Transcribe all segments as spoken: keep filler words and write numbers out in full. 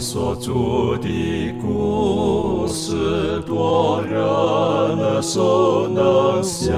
所著的故事，多人耳熟能详，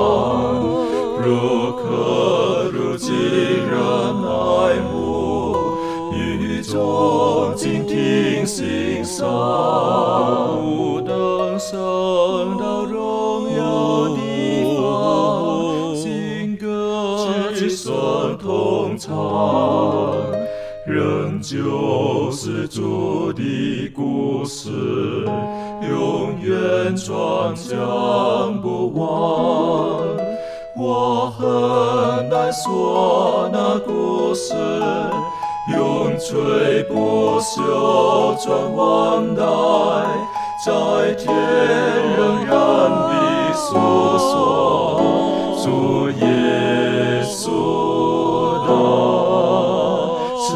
如可如今人爱慕，语中静听欣赏，不等升到荣耀地方，新歌之声同唱，仍旧是主的故事，永远传讲不完。我很难说那故事，永垂不朽传万代，在天仍然地诉说主耶稣的慈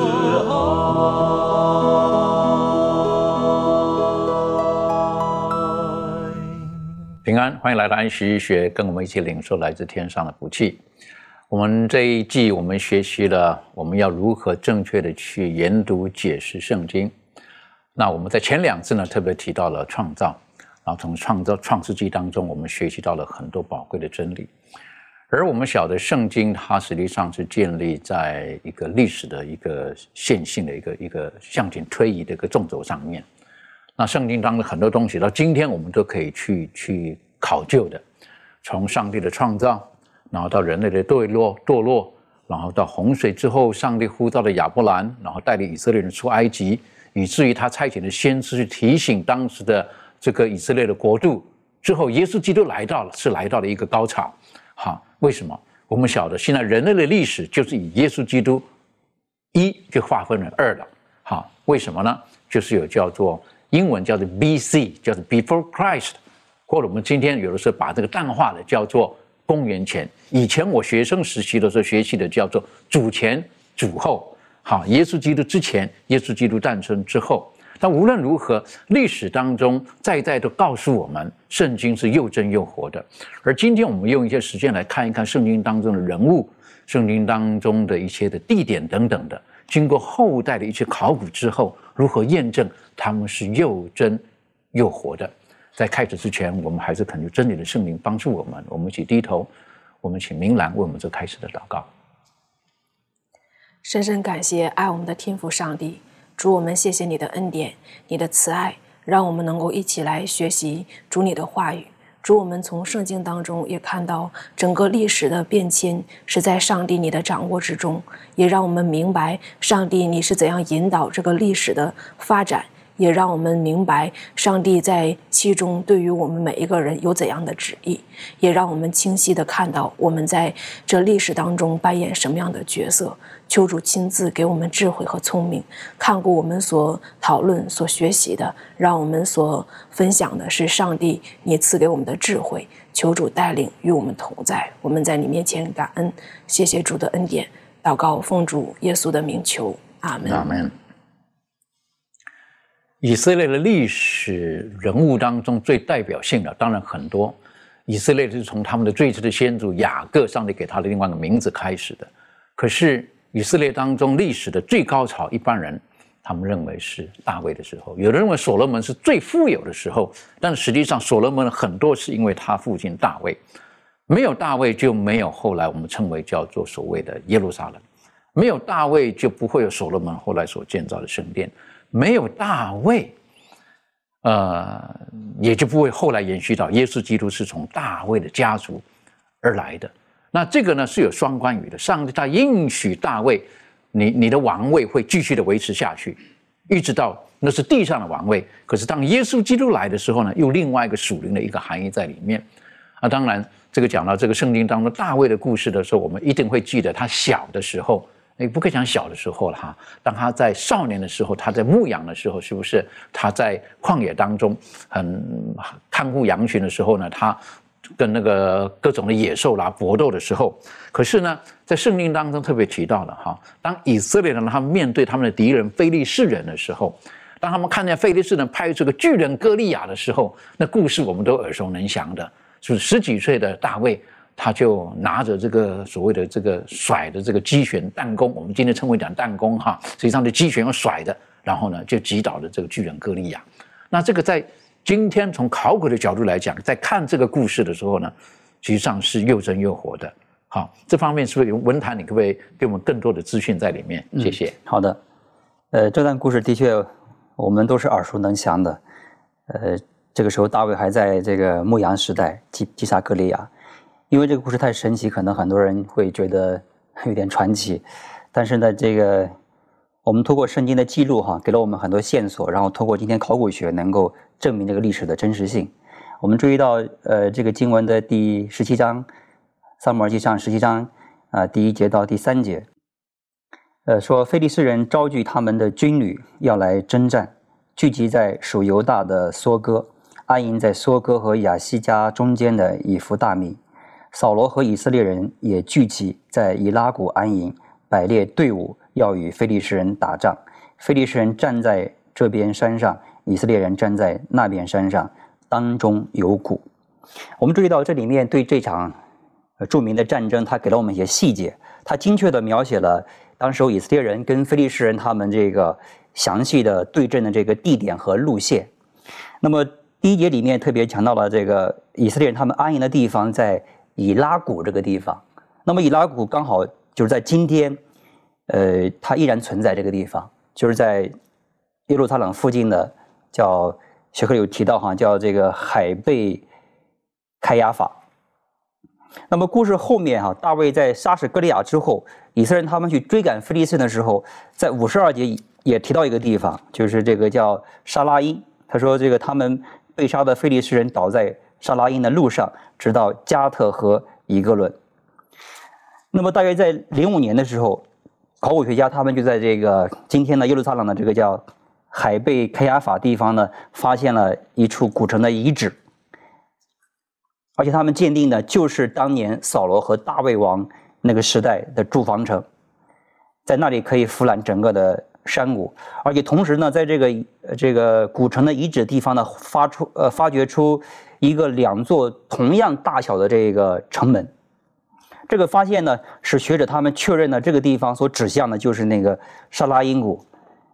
爱。 平安，欢迎来到安息医学，跟我们一起领受来自天上的福气。我们这一季我们学习了我们要如何正确的去研读解释圣经。那我们在前两次呢特别提到了创造，然后从创造创世纪当中我们学习到了很多宝贵的真理。而我们晓得圣经它实际上是建立在一个历史的一个线性的一个一个向前推移的一个纵轴上面。那圣经当中很多东西到今天我们都可以去去考究的，从上帝的创造，然后到人类的堕落堕落，然后到洪水之后上帝呼召了亚伯兰，然后带领以色列人出埃及，以至于他差遣的先知去提醒当时的这个以色列的国度，之后耶稣基督来到了，是来到了一个高潮。好，为什么？我们晓得现在人类的历史就是以耶稣基督一就划分了二了。好，为什么呢？就是有叫做英文叫做 B C， 叫做 Before Christ， 或者我们今天有的时候把这个淡化的叫做公元前。以前我学生时期的时候学习的叫做主前主后。好，耶稣基督之前，耶稣基督诞生之后。但无论如何，历史当中在在都告诉我们，圣经是又真又活的。而今天我们用一些时间来看一看圣经当中的人物，圣经当中的一些的地点等等的，经过后代的一些考古之后，如何验证他们是又真又活的。在开始之前，我们还是恳求真理的圣灵帮助我们，我们一起低头，我们请明兰为我们做开始的祷告。 深深感谢爱我们的天父上帝，主，我们谢谢你的恩典，你的慈爱，让我们能够一起来学习主你的话语。主，我们从圣经当中也看到整个历史的变迁是在上帝你的掌握之中，也让我们明白上帝你是怎样引导这个历史的发展，也让我们明白上帝在其中对于我们每一个人有怎样的旨意，也让我们清晰地看到我们在这历史当中扮演什么样的角色。求主亲自给我们智慧和聪明，看过我们所讨论所学习的，让我们所分享的是上帝你赐给我们的智慧。求主带领与我们同在，我们在你面前感恩，谢谢主的恩典，祷告奉主耶稣的名求，阿们。 阿们。以色列的历史人物当中最代表性的当然很多，以色列是从他们的最初的先祖雅各，上帝给他的另外一个名字开始的。可是以色列当中历史的最高潮，一般人他们认为是大卫的时候，有人认为所罗门是最富有的时候，但实际上所罗门很多是因为他父亲大卫，没有大卫就没有后来我们称为叫做所谓的耶路撒冷，没有大卫就不会有所罗门后来所建造的圣殿，没有大卫呃，也就不会后来延续到耶稣基督是从大卫的家族而来的。那这个呢是有双关语的，上帝他应许大卫，你你的王位会继续的维持下去，一直到那是地上的王位。可是当耶稣基督来的时候呢，又另外一个属灵的一个含义在里面。啊，当然这个讲到这个圣经当中大卫的故事的时候，我们一定会记得他小的时候，你不可以讲小的时候了哈。当他在少年的时候，他在牧羊的时候，是不是他在旷野当中很看顾羊群的时候呢？他跟那个各种的野兽啦搏斗的时候，可是呢，在圣经当中特别提到了哈，当以色列人他们面对他们的敌人非利士人的时候，当他们看见非利士人派出个巨人歌利亚的时候，那故事我们都耳熟能详的，就是十几岁的大卫，他就拿着这个所谓的这个甩的这个击拳弹弓，我们今天称为讲弹弓哈，实际上的击拳要甩的， 然后呢就击倒了这个巨人歌利亚。那这个在今天从考古的角度来讲，在看这个故事的时候呢，实际上是又真又活的。好，这方面是不是文坛你可不可以给我们更多的资讯在里面？谢谢。 嗯、好的，呃，这段故事的确我们都是耳熟能详的。呃，这个时候大卫还在这个牧羊时代击击杀歌利亚，因为这个故事太神奇，可能很多人会觉得有点传奇。但是呢，这个我们通过圣经的记录哈，给了我们很多线索，然后通过今天考古学能够证明这个历史的真实性。我们注意到，呃，这个经文的第十七章。撒母耳记上十七章啊、呃、第一节到第三节，呃说非利士人招聚他们的军旅要来征战，聚集在属犹大的梭哥，安营在梭哥和亚西加中间的以弗大米。扫罗和以色列人也聚集在以拉谷安营，摆列队伍要与非利士人打仗。非利士人站在这边山上，以色列人站在那边山上，当中有谷。我们注意到这里面对这场著名的战争，他给了我们一些细节，他精确地描写了当时以色列人跟非利士人他们这个详细的对阵的这个地点和路线。那么第一节里面特别强调了这个以色列人他们安营的地方在以拉谷这个地方。那么以拉谷刚好就是在今天，呃，它依然存在这个地方，就是在耶路撒冷附近的，叫学科有提到哈，叫这个海贝开亚法。那么故事后面哈、啊，大卫在杀死歌利亚之后，以色列人他们去追赶非利士人的时候，在五十二节也提到一个地方，就是这个叫沙拉因。他说这个他们被杀的非利士人倒在沙拉因的路上，直到加特和以哥伦。那么大约在零五年的时候，考古学家他们就在这个今天的耶路撒冷的这个叫海贝开亚法地方呢，发现了一处古城的遗址。而且他们鉴定的就是当年扫罗和大卫王那个时代的驻防城，在那里可以俯览整个的山谷，而且同时呢，在这个这个古城的遗址地方呢，发出呃发掘出一个两座同样大小的这个城门。这个发现呢，使学者他们确认了这个地方所指向的就是那个沙拉因谷。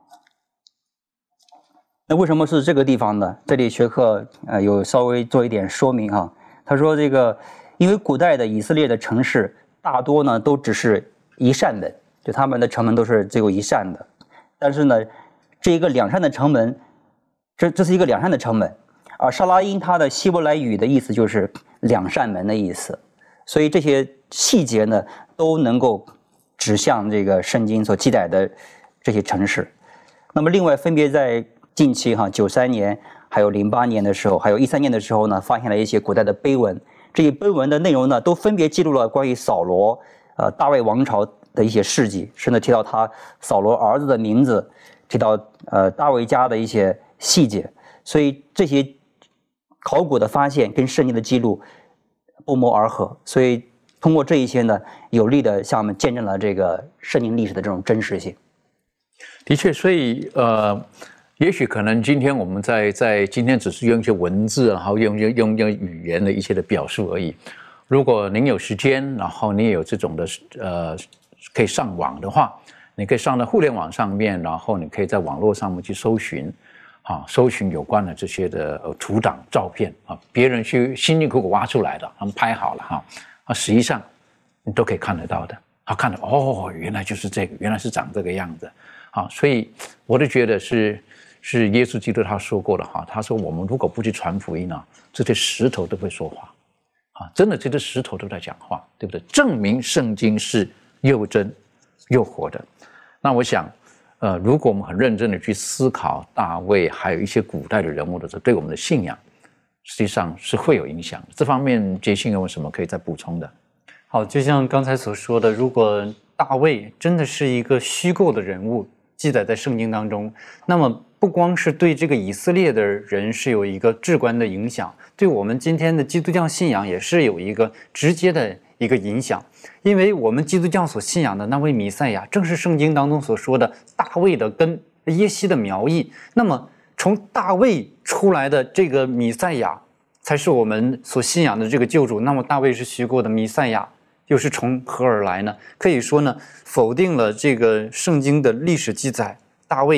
那为什么是这个地方呢？这里学科呃有稍微做一点说明哈。他说这个，因为古代的以色列的城市大多呢都只是一扇门，就他们的城门都是只有一扇的。但是呢，这一个两扇的城门，这这是一个两扇的城门，而沙拉因它的希伯来语的意思就是两扇门的意思，所以这些细节呢都能够指向这个圣经所记载的这些城市。那么另外分别在近期哈九三年。还有零八年的时候，还有一三年的时候呢，发现了一些古代的碑文。这些碑文的内容呢，都分别记录了关于扫罗、呃大卫王朝的一些事迹，甚至提到他扫罗儿子的名字，提到呃大卫家的一些细节。所以这些考古的发现跟圣经的记录不谋而合。所以通过这一些呢，有力的向我们见证了这个圣经历史的这种真实性。 的确，所以呃。也许可能今天我们在在今天只是用一些文字，然后用用用用语言的一些的表述而已。如果您有时间，然后你也有这种的呃可以上网的话，你可以上到互联网上面，然后你可以在网络上面去搜寻，啊，搜寻有关的这些的呃图档照片啊，别人去辛辛苦苦挖出来的，他们拍好了哈，啊，实际上你都可以看得到的。啊，看到哦，原来就是这个，原来是长这个样子。啊，所以我都觉得是。是耶稣基督他说过的哈，他说我们如果不去传福音呢、啊，这些石头都会说话，啊，真的这些石头都在讲话，对不对？证明圣经是又真又活的。那我想，呃，如果我们很认真的去思考大卫还有一些古代的人物的时候，对我们的信仰实际上是会有影响的。这方面杰信有什么可以再补充的？ 好，就像刚才所说的，如果大卫真的是一个虚构的人物，记载在圣经当中，那么不光是对这个以色列的人是有一个至关的影响，对我们今天的基督教信仰也是有一个直接的一个影响。因为我们基督教所信仰的那位弥赛亚，正是圣经当中所说的大卫的根，耶西的苗裔。那么从大卫出来的这个弥赛亚，才是我们所信仰的这个救主。那么大卫是虚构的，弥赛亚又是从何而来呢？可以说呢，否定了这个圣经的历史记载，大卫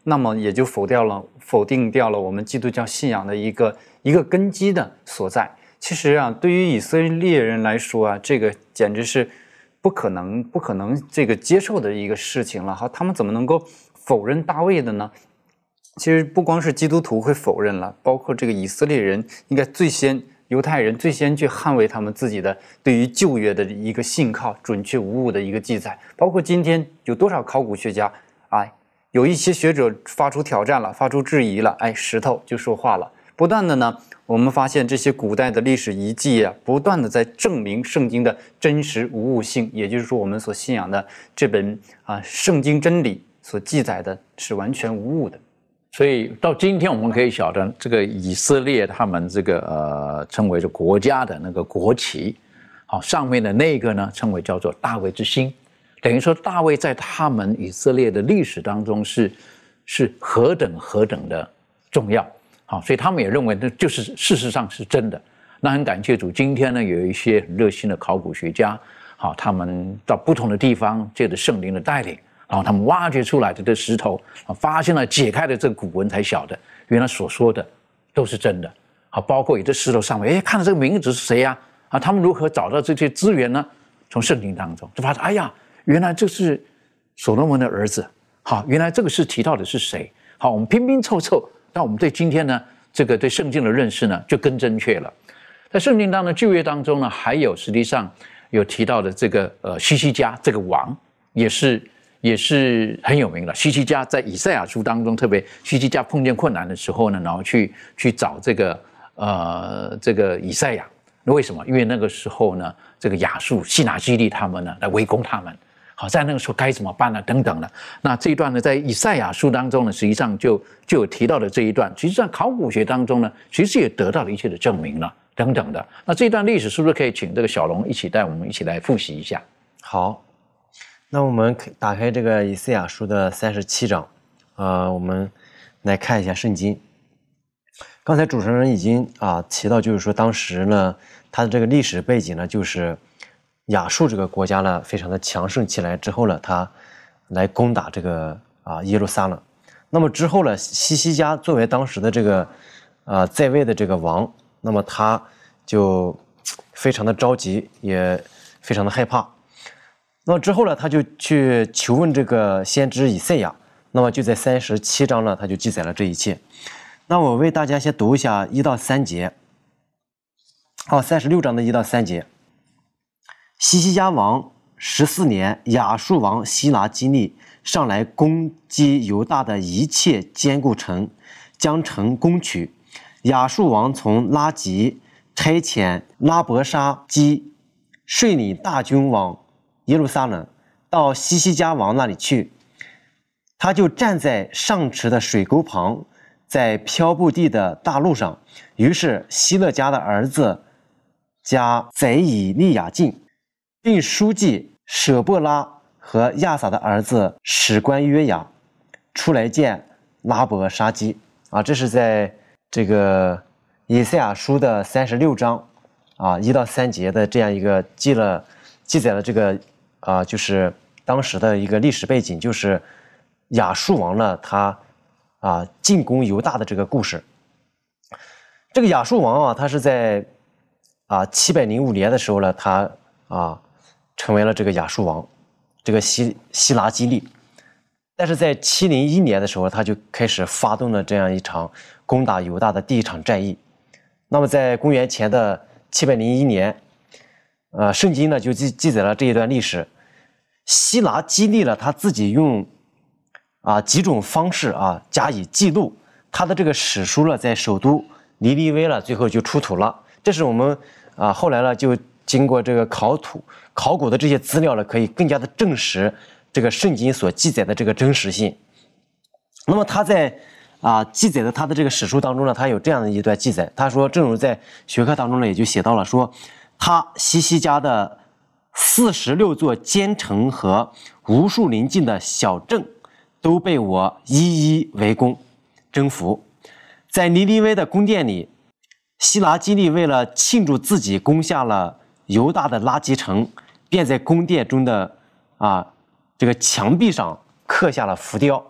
那么也就否掉了否定掉了我们基督教信仰的一个一个根基的所在。其实啊，对于以色列人来说啊，这个简直是不可能不可能这个接受的一个事情了。好，他们怎么能够否认大卫的呢？其实不光是基督徒会否认了，包括这个以色列人应该最先。犹太人最先去捍卫他们自己的对于旧约的一个信靠、准确无误的一个记载，包括今天有多少考古学家，哎，有一些学者发出挑战了，发出质疑了，哎，石头就说话了。不断的呢，我们发现这些古代的历史遗迹啊，不断的在证明圣经的真实无误性，也就是说，我们所信仰的这本啊圣经真理所记载的是完全无误的。 所以到今天我们可以晓得，这个以色列他们这个呃称为是国家的那个国旗，好，上面的那个呢称为叫做大卫之星，等于说大卫在他们以色列的历史当中是是何等何等的重要，好，所以他们也认为那就是事实上是真的。那很感谢主，今天呢有一些很热心的考古学家，好，他们到不同的地方借着圣灵的带领。然后他们挖掘出来的这石头，发现了解开了这个古文，才晓得原来所说的都是真的。好，包括有的石头上面，哎，看到这个名字是谁呀？啊，他们如何找到这些资源呢？从圣经当中就发现，哎呀，原来这是所罗门的儿子。好，原来这个是提到的是谁？好，我们拼拼凑凑，那我们对今天呢，这个对圣经的认识呢，就更正确了。在圣经当中，旧约当中呢，还有实际上有提到的这个呃西西家这个王，也是。也是很有名的。西西家在以赛亚书当中，特别西西家碰见困难的时候呢，然后去去找这个呃这个以赛亚。为什么？因为那个时候呢，这个亚述、西拿基利他们呢来围攻他们。好，在那个时候该怎么办呢？等等的。那这一段呢，在以赛亚书当中呢，实际上就就有提到的这一段。实际上，考古学当中呢，其实也得到了一些的证明了，等等的。那这一段历史是不是可以请这个小龙一起带我们一起来复习一下？ 好。那我们打开这个以赛亚书的三十七章，啊、呃，我们来看一下圣经。刚才主持人已经啊提到，就是说当时呢，它的这个历史背景呢，就是亚述这个国家呢非常的强盛起来之后呢，他来攻打这个啊耶路撒冷。那么之后呢，西西家作为当时的这个啊在位的这个王，那么他就非常的着急，也非常的害怕。那么之后呢，他就去求问这个先知以赛亚，那么就在三十七章呢，他就记载了这一切。那我为大家先读一下一到三节，哦，三十六章的一到三节。西西家王十四年，亚述王西拿基利上来攻击犹大的一切坚固城，将城攻取。亚述王从拉吉差遣拉伯沙基率领大军往耶路撒冷，到西西家王那里去。他就站在上池的水沟旁，在漂布地的大路上。于是希勒家的儿子加贼以利亚敬，并书记舍伯拉和亚撒的儿子史官约雅出来见拉伯沙基。啊，这是在这个以赛亚书的三十六章啊一到三节的这样一个记了记载了这个啊，就是当时的一个历史背景，就是亚述王呢，他啊进攻犹大的这个故事。这个亚述王啊，他是在啊七百零五年的时候呢，他啊成为了这个亚述王，这个希希拿基利。但是在七零一年的时候，他就开始发动了这样一场攻打犹大的第一场战役。那么在公元前的七百零一年，呃，圣经呢就记记载了这一段历史。希拿基利了他自己用啊几种方式啊加以记录，他的这个史书呢在首都尼尼微了，最后就出土了。这是我们啊后来呢就经过这个考土考古的这些资料呢，可以更加的证实这个圣经所记载的这个真实性。那么他在啊记载的他的这个史书当中呢，他有这样的一段记载，他说，正如在学科当中呢也就写到了，说他西西家的四十六座坚城和无数邻近的小镇都被我一一围攻征服。在尼尼微的宫殿里，希拿基利为了庆祝自己攻下了犹大的拉吉城，便在宫殿中的啊这个墙壁上刻下了浮雕，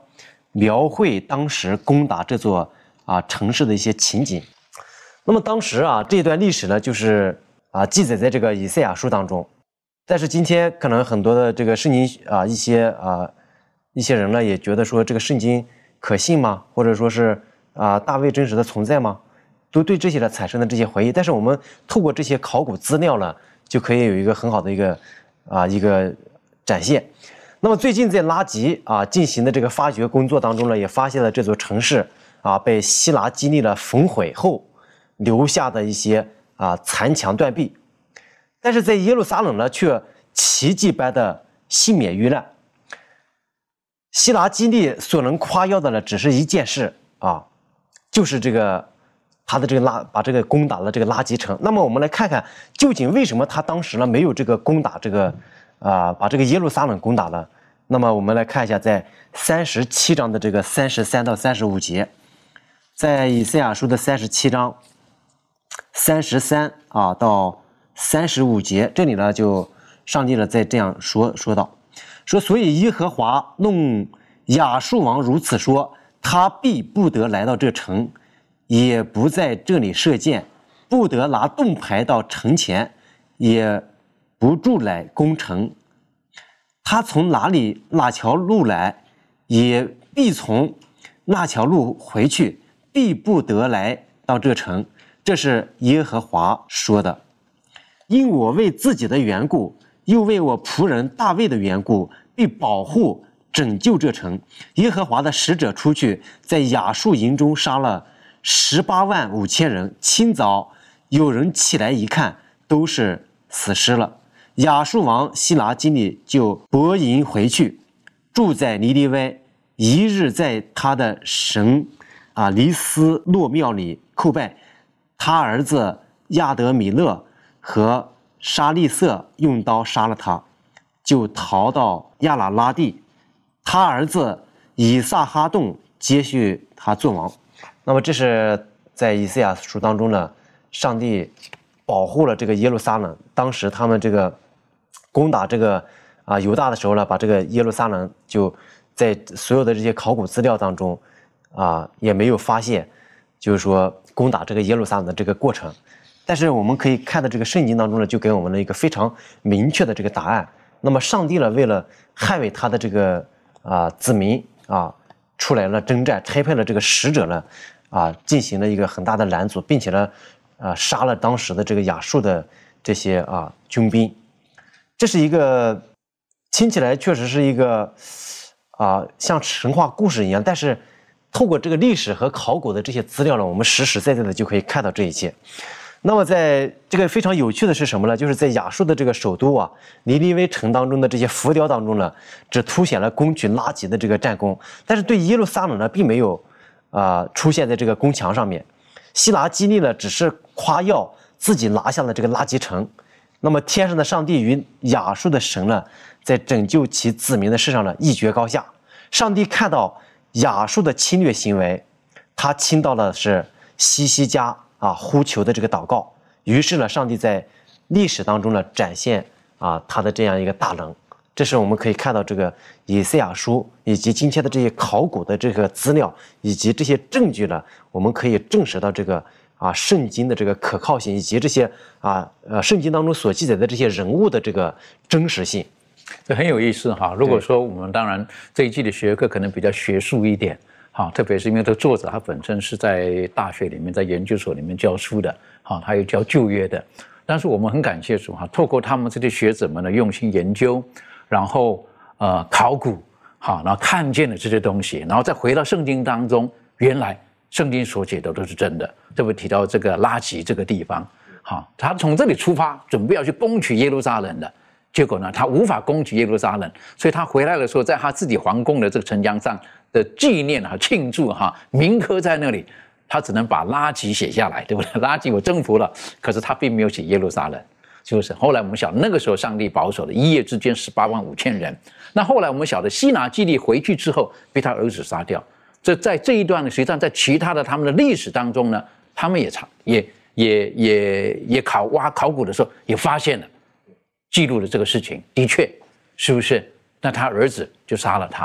描绘当时攻打这座啊城市的一些情景。那么当时啊这段历史呢，就是啊记载在这个以赛亚书当中。但是今天可能很多的这个圣经啊一些啊一些人呢也觉得说这个圣经可信吗？或者说是啊大卫真实的存在吗？都对这些呢产生了这些怀疑。但是我们透过这些考古资料呢，就可以有一个很好的一个啊一个展现。那么最近在拉吉啊进行的这个发掘工作当中呢，也发现了这座城市啊被希拉基利呢焚毁后留下的一些啊残墙断壁。但是在耶路撒冷呢，却奇迹般的幸免于难。希拉基利所能夸耀的呢，只是一件事啊，就是这个他的这个拉把这个攻打了这个拉吉城。那么我们来看看，究竟为什么他当时呢没有这个攻打这个啊把这个耶路撒冷攻打了？那么我们来看一下，在三十七章的这个三十三到三十五节，在以赛亚书的三十七章三十三啊到三十五节，这里呢就上帝呢在这样说说道，说所以耶和华弄亚述王如此说，他必不得来到这城，也不在这里射箭，不得拿盾牌到城前，也不住来攻城。他从哪里哪条路来，也必从那条路回去，必不得来到这城。这是耶和华说的。因我为自己的缘故，又为我仆人大卫的缘故，必保护拯救这城。耶和华的使者出去，在亚述营中杀了十八万五千人。清早有人起来一看，都是死尸了。亚述王希拉基利就泊营回去，住在尼尼微，一日在他的神啊尼斯洛庙里叩拜。他儿子亚德米勒和沙利色用刀杀了他，就逃到亚拉拉地。他儿子以撒哈洞接续他做王。那么这是在以赛亚书当中呢，上帝保护了这个耶路撒冷。当时他们这个攻打这个啊犹大的时候呢，把这个耶路撒冷就在所有的这些考古资料当中啊也没有发现，就是说攻打这个耶路撒冷的这个过程。但是我们可以看到这个圣经当中呢，就给我们了一个非常明确的这个答案。那么上帝呢，为了捍卫他的这个啊子民啊，出来了征战，差派了这个使者呢啊，进行了一个很大的拦阻，并且呢啊杀了当时的这个亚述的这些啊军兵。这是一个听起来确实是一个啊像神话故事一样，但是透过这个历史和考古的这些资料呢，我们实实在在的就可以看到这一切。那么在这个非常有趣的是什么呢？就是在亚述的这个首都啊尼尼微城当中的这些浮雕当中呢，只凸显了攻取拉吉的这个战功，但是对耶路撒冷呢并没有啊、呃、出现在这个宫墙上面。希拉基利呢只是夸耀自己拿下了这个拉吉城。那么天上的上帝与亚述的神呢，在拯救其子民的事上呢一决高下。上帝看到亚述的侵略行为，他倾到的是西西家啊呼求的这个祷告。于是呢，上帝在历史当中呢展现啊他的这样一个大能。这是我们可以看到这个以赛亚书以及今天的这些考古的这个资料以及这些证据呢，我们可以证实到这个啊圣经的这个可靠性，以及这些啊呃圣经当中所记载的这些人物的这个真实性。 这很有意思哈。如果说我们当然这一季的学科可能比较学术一点，哈，特别是因为这个作者他本身是在大学里面、在研究所里面教书的，哈，他有教旧约的。但是我们很感谢主哈，透过他们这些学者们的用心研究，然后呃考古，好，然后看见了这些东西，然后再回到圣经当中，原来圣经所写的都是真的。特别提到这个拉吉这个地方，好，他从这里出发，准备要去攻取耶路撒冷的。结果呢，他无法攻取耶路撒冷，所以他回来的时候，在他自己皇宫的这个城墙上的纪念哈、庆祝哈、铭刻在那里，他只能把拉吉写下来，对不对？拉吉我征服了，可是他并没有写耶路撒冷，就是后来我们晓得那个时候上帝保守的，一夜之间十八万五千人。那后来我们晓得希拿基利回去之后被他儿子杀掉。这在这一段呢，实际上在其他的他们的历史当中呢，他们也查也也也也考挖考古的时候也发现了。记录了这个事情，的确，是不是？那他儿子就杀了他了。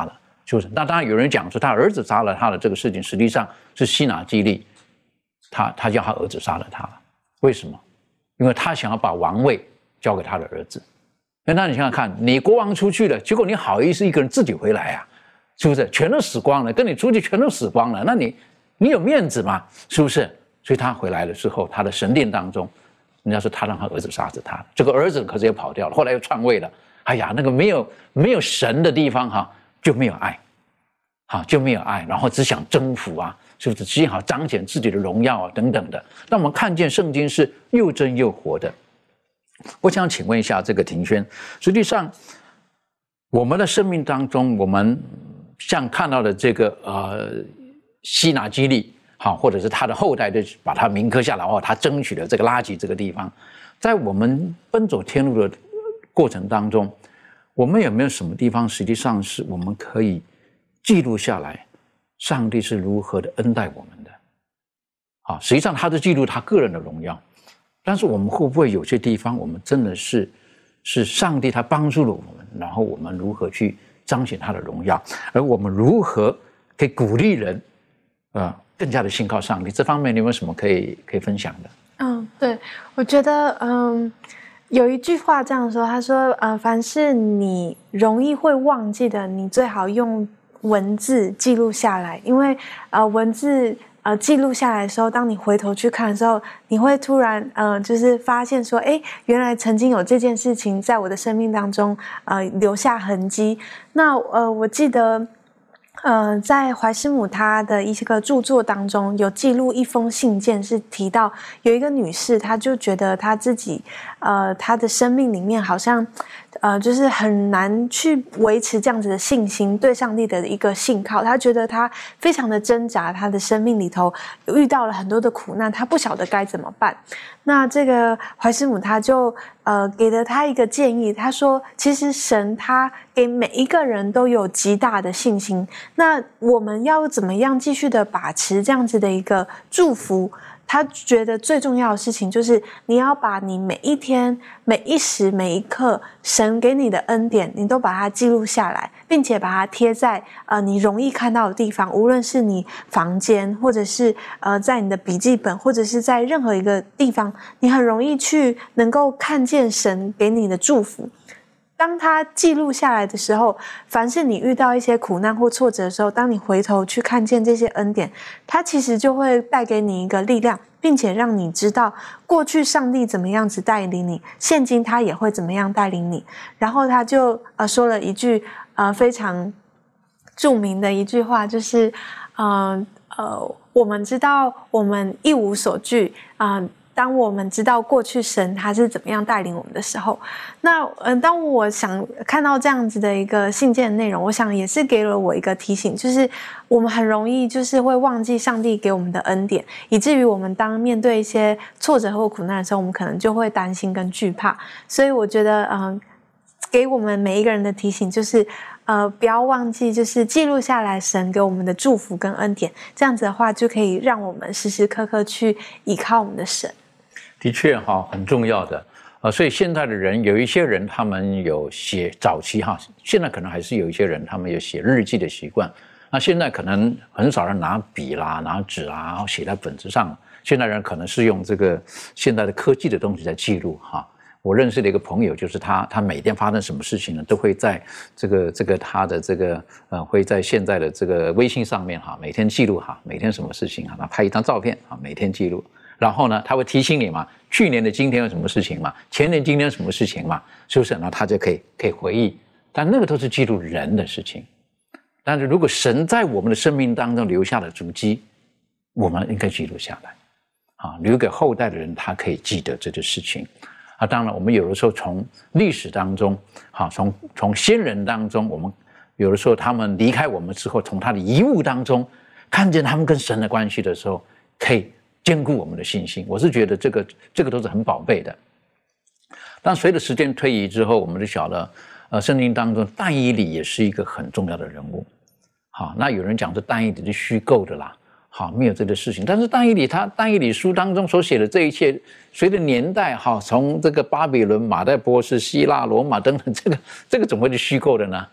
是不是？那当然有人讲说他儿子杀了他的这个事情，实际上是西拿基利，他他叫他儿子杀了他，为什么？因为他想要把王位交给他的儿子。那你想想看，你国王出去了，结果你好意思一个人自己回来啊？是不是？全都死光了，跟你出去全都死光了，那你你有面子吗？是不是？所以他回来了之后，他的神殿当中，人家说他让他儿子杀死他，这个儿子可是也跑掉了，后来又篡位了。哎呀，那个没有没有神的地方哈，就没有爱，好就没有爱，然后只想征服啊，是不是？只想彰显自己的荣耀啊等等的。那我们看见圣经是又真又活的。我想请问一下这个庭轩，实际上我们的生命当中，我们像看到的这个呃西拿基利，好，或者是他的后代就把他铭刻下来哦，他争取了这个拉吉这个地方，在我们奔走天路的过程当中，我们有没有什么地方实际上是我们可以记录下来，上帝是如何的恩待我们的？啊，实际上他是记录他个人的荣耀，但是我们会不会有些地方，我们真的是是上帝他帮助了我们，然后我们如何去彰显他的荣耀，而我们如何可以鼓励人，啊、呃，更加的信靠上帝？这方面你有没有什么可以可以分享的？ 嗯，对，我觉得，嗯，有一句话这样说，他说，呃，凡是你容易会忘记的，你最好用文字记录下来，因为，呃，文字。呃，记录下来的时候，当你回头去看的时候，你会突然呃，就是发现说，哎，原来曾经有这件事情在我的生命当中，呃，留下痕迹。那呃，我记得，呃，在怀斯姆他的一个著作当中，有记录一封信件，是提到有一个女士，她就觉得她自己，呃，她的生命里面好像。呃，就是很难去维持这样子的信心，对上帝的一个信靠。他觉得他非常的挣扎，他的生命里头遇到了很多的苦难，他不晓得该怎么办。那这个怀斯姆他就呃给了他一个建议，他说，其实神他给每一个人都有极大的信心，那我们要怎么样继续的把持这样子的一个祝福？他觉得最重要的事情就是你要把你每一天每一时每一刻神给你的恩典你都把它记录下来，并且把它贴在呃你容易看到的地方，无论是你房间或者是呃在你的笔记本，或者是在任何一个地方，你很容易去能够看见神给你的祝福。当他记录下来的时候，凡是你遇到一些苦难或挫折的时候，当你回头去看见这些恩典，它其实就会带给你一个力量，并且让你知道过去上帝怎么样子带领你，现今他也会怎么样带领你。然后他就呃说了一句呃非常著名的一句话，就是呃呃我们知道我们一无所惧啊。呃当我们知道过去神他是怎么样带领我们的时候，那嗯，当我想看到这样子的一个信件的内容，我想也是给了我一个提醒，就是我们很容易就是会忘记上帝给我们的恩典，以至于我们当面对一些挫折或苦难的时候，我们可能就会担心跟惧怕。所以我觉得，嗯，给我们每一个人的提醒就是，呃，不要忘记，就是记录下来神给我们的祝福跟恩典，这样子的话就可以让我们时时刻刻去依靠我们的神。 的确哈，很重要的，呃，所以现在的人有一些人，他们有写早期哈，现在可能还是有一些人，他们有写日记的习惯。那现在可能很少人拿笔啦、拿纸啦，然后写在本子上。现在人可能是用这个现在的科技的东西在记录哈。我认识的一个朋友，就是他，他每天发生什么事情呢，都会在这个这个他的这个呃，会在现在的这个微信上面哈，每天记录哈，每天什么事情哈，他拍一张照片啊，每天记录。然后呢，他会提醒你嘛，去年的今天有什么事情嘛，前年今天有什么事情嘛，是不是？然后他就可以可以回忆，但那个都是记录人的事情。但是如果神在我们的生命当中留下的足迹，我们应该记录下来，啊，留给后代的人，他可以记得这件事情。啊，当然，我们有的时候从历史当中，啊，从从先人当中，我们有的时候他们离开我们之后，从他的遗物当中看见他们跟神的关系的时候，可以兼顾我们的信心。我是觉得这个这个都是很宝贝的。但随着时间推移之后，我们就晓得，呃，圣经当中但以理也是一个很重要的人物。好，那有人讲这但以理是虚构的啦，好，没有这个事情。但是但以理他但以理书当中所写的这一切，随着年代哈，从这个巴比伦、马代波斯、希腊、罗马等等，这个这个怎么会是虚构的呢？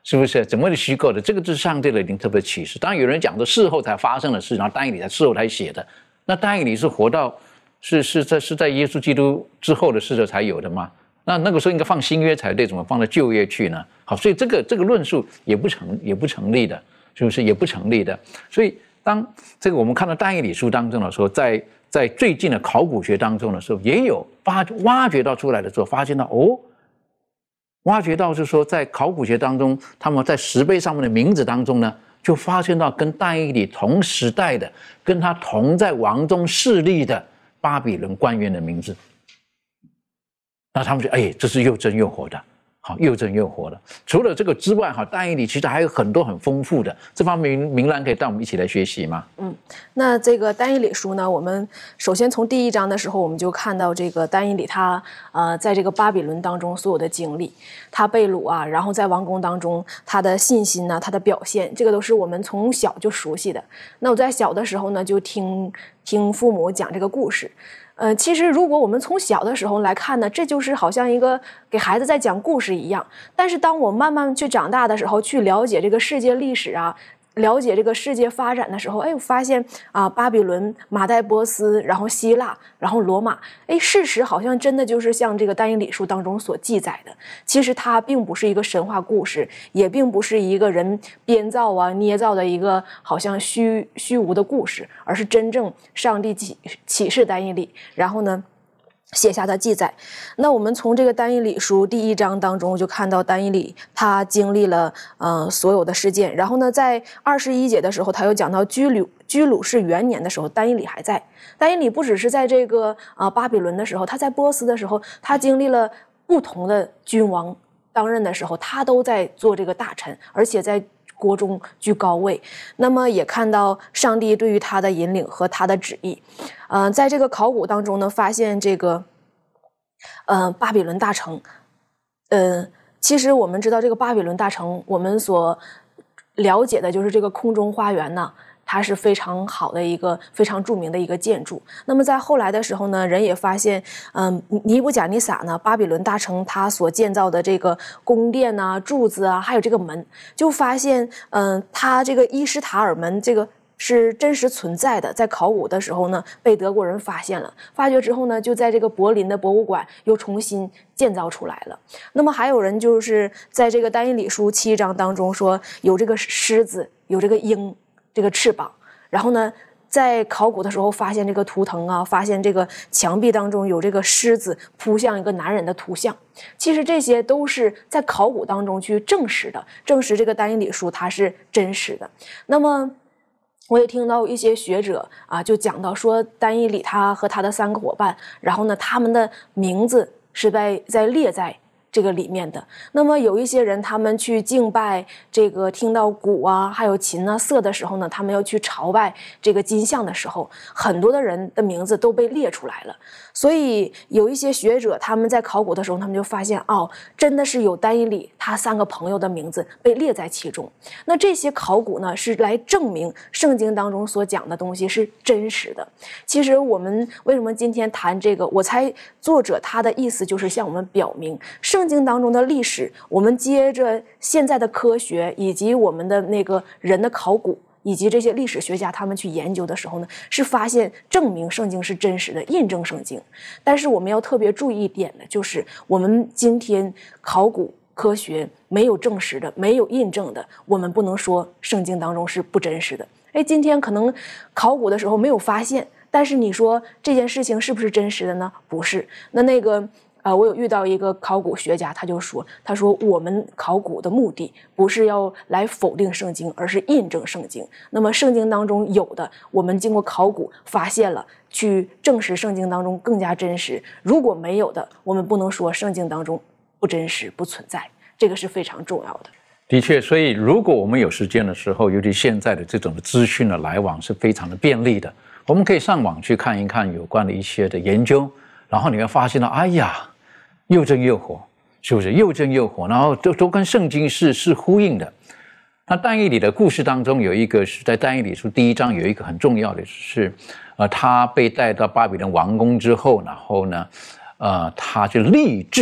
是不是？怎么会虚构的？这个就是上帝的灵特别启示。当然有人讲的事后才发生的事，然后但以理在事后才写的。那但以理是活到是是在是在耶稣基督之后的事才有的吗？那那个时候应该放新约才对，怎么放到旧约去呢？好，所以这个这个论述也不成也不成立的，是不是也不成立的？所以当这个我们看到但以理书当中的时候，在在最近的考古学当中的时候，也有发挖掘到出来的时候，发现到哦。挖掘到是说，在考古学当中，他们在石碑上面的名字当中呢，就发现到跟但以理同时代的、跟他同在王中势力的巴比伦官员的名字。那他们就哎，这是又真又活的，好，又真又活的。除了这个之外，哈，但以理其实还有很多很丰富的这方面，明兰可以带我们一起来学习吗？ 嗯，那这个但以理书呢，我们首先从第一章的时候，我们就看到这个但以理他呃，在这个巴比伦当中所有的经历，他被掳啊，然后在王宫当中他的信心呢、啊，他的表现，这个都是我们从小就熟悉的。那我在小的时候呢，就听听父母讲这个故事。呃，其实如果我们从小的时候来看呢，这就是好像一个给孩子在讲故事一样。但是当我慢慢去长大的时候，去了解这个世界历史啊，了解这个世界发展的时候，哎，我发现啊，巴比伦、马代波斯，然后希腊，然后罗马，哎，事实好像真的就是像这个但以理书当中所记载的。其实它并不是一个神话故事，也并不是一个人编造啊、捏造的一个好像虚虚无的故事，而是真正上帝启启示但以理，然后呢，写下的记载。那我们从这个但以理书第一章当中就看到但以理他经历了呃所有的事件，然后呢，在二十一节的时候，他又讲到居鲁居鲁士元年的时候，但以理还在。但以理不只是在这个啊、呃、巴比伦的时候，他在波斯的时候，他经历了不同的君王担任的时候，他都在做这个大臣，而且在国中居高位。那么也看到上帝对于他的引领和他的旨意。呃，在这个考古当中呢，发现这个呃巴比伦大城，呃，其实我们知道这个巴比伦大城，我们所了解的就是这个空中花园呢。它是非常好的一个非常著名的一个建筑。那么在后来的时候呢，人也发现，嗯，尼布甲尼撒呢，巴比伦大城他所建造的这个宫殿啊、柱子啊，还有这个门，就发现，嗯，他这个伊什塔尔门这个是真实存在的。在考古的时候呢，被德国人发现了，发掘之后呢，就在这个柏林的博物馆又重新建造出来了。那么还有人就是在这个但以理书七章当中说，有这个狮子，有这个鹰。这个翅膀，然后呢，在考古的时候发现这个图腾啊，发现这个墙壁当中有这个狮子扑向一个男人的图像。其实这些都是在考古当中去证实的，证实这个但以理书它是真实的。那么我也听到一些学者啊，就讲到说但以理他和他的三个伙伴，然后呢，他们的名字是在在列在这个里面的。那么有一些人他们去敬拜这个听到鼓啊还有琴啊瑟的时候呢，他们要去朝拜这个金像的时候，很多的人的名字都被列出来了。所以有一些学者他们在考古的时候，他们就发现哦，真的是有但以理他三个朋友的名字被列在其中。那这些考古呢，是来证明圣经当中所讲的东西是真实的。其实我们为什么今天谈这个，我猜作者他的意思就是向我们表明圣经当中的历史，我们接着现在的科学以及我们的那个人的考古以及这些历史学家他们去研究的时候呢，是发现证明圣经是真实的，印证圣经。但是我们要特别注意一点的就是，我们今天考古科学没有证实的，没有印证的，我们不能说圣经当中是不真实的。哎，今天可能考古的时候没有发现，但是你说这件事情是不是真实的呢？不是。那那个呃，我有遇到一个考古学家，他就说，他说我们考古的目的不是要来否定圣经，而是印证圣经。那么圣经当中有的，我们经过考古发现了，去证实圣经当中更加真实。如果没有的，我们不能说圣经当中不真实、不存在，这个是非常重要的。 的确，所以如果我们有时间的时候，尤其现在的这种资讯的来往是非常的便利的，我们可以上网去看一看有关的一些的研究，然后你会发现到，哎呀，又真又活，是不是？又真又活，然后都都跟圣经是是呼应的。那但以理的故事当中有一个是在但以理书第一章有一个很重要的是，呃，他被带到巴比伦王宫之后，然后呢，呃，他就立志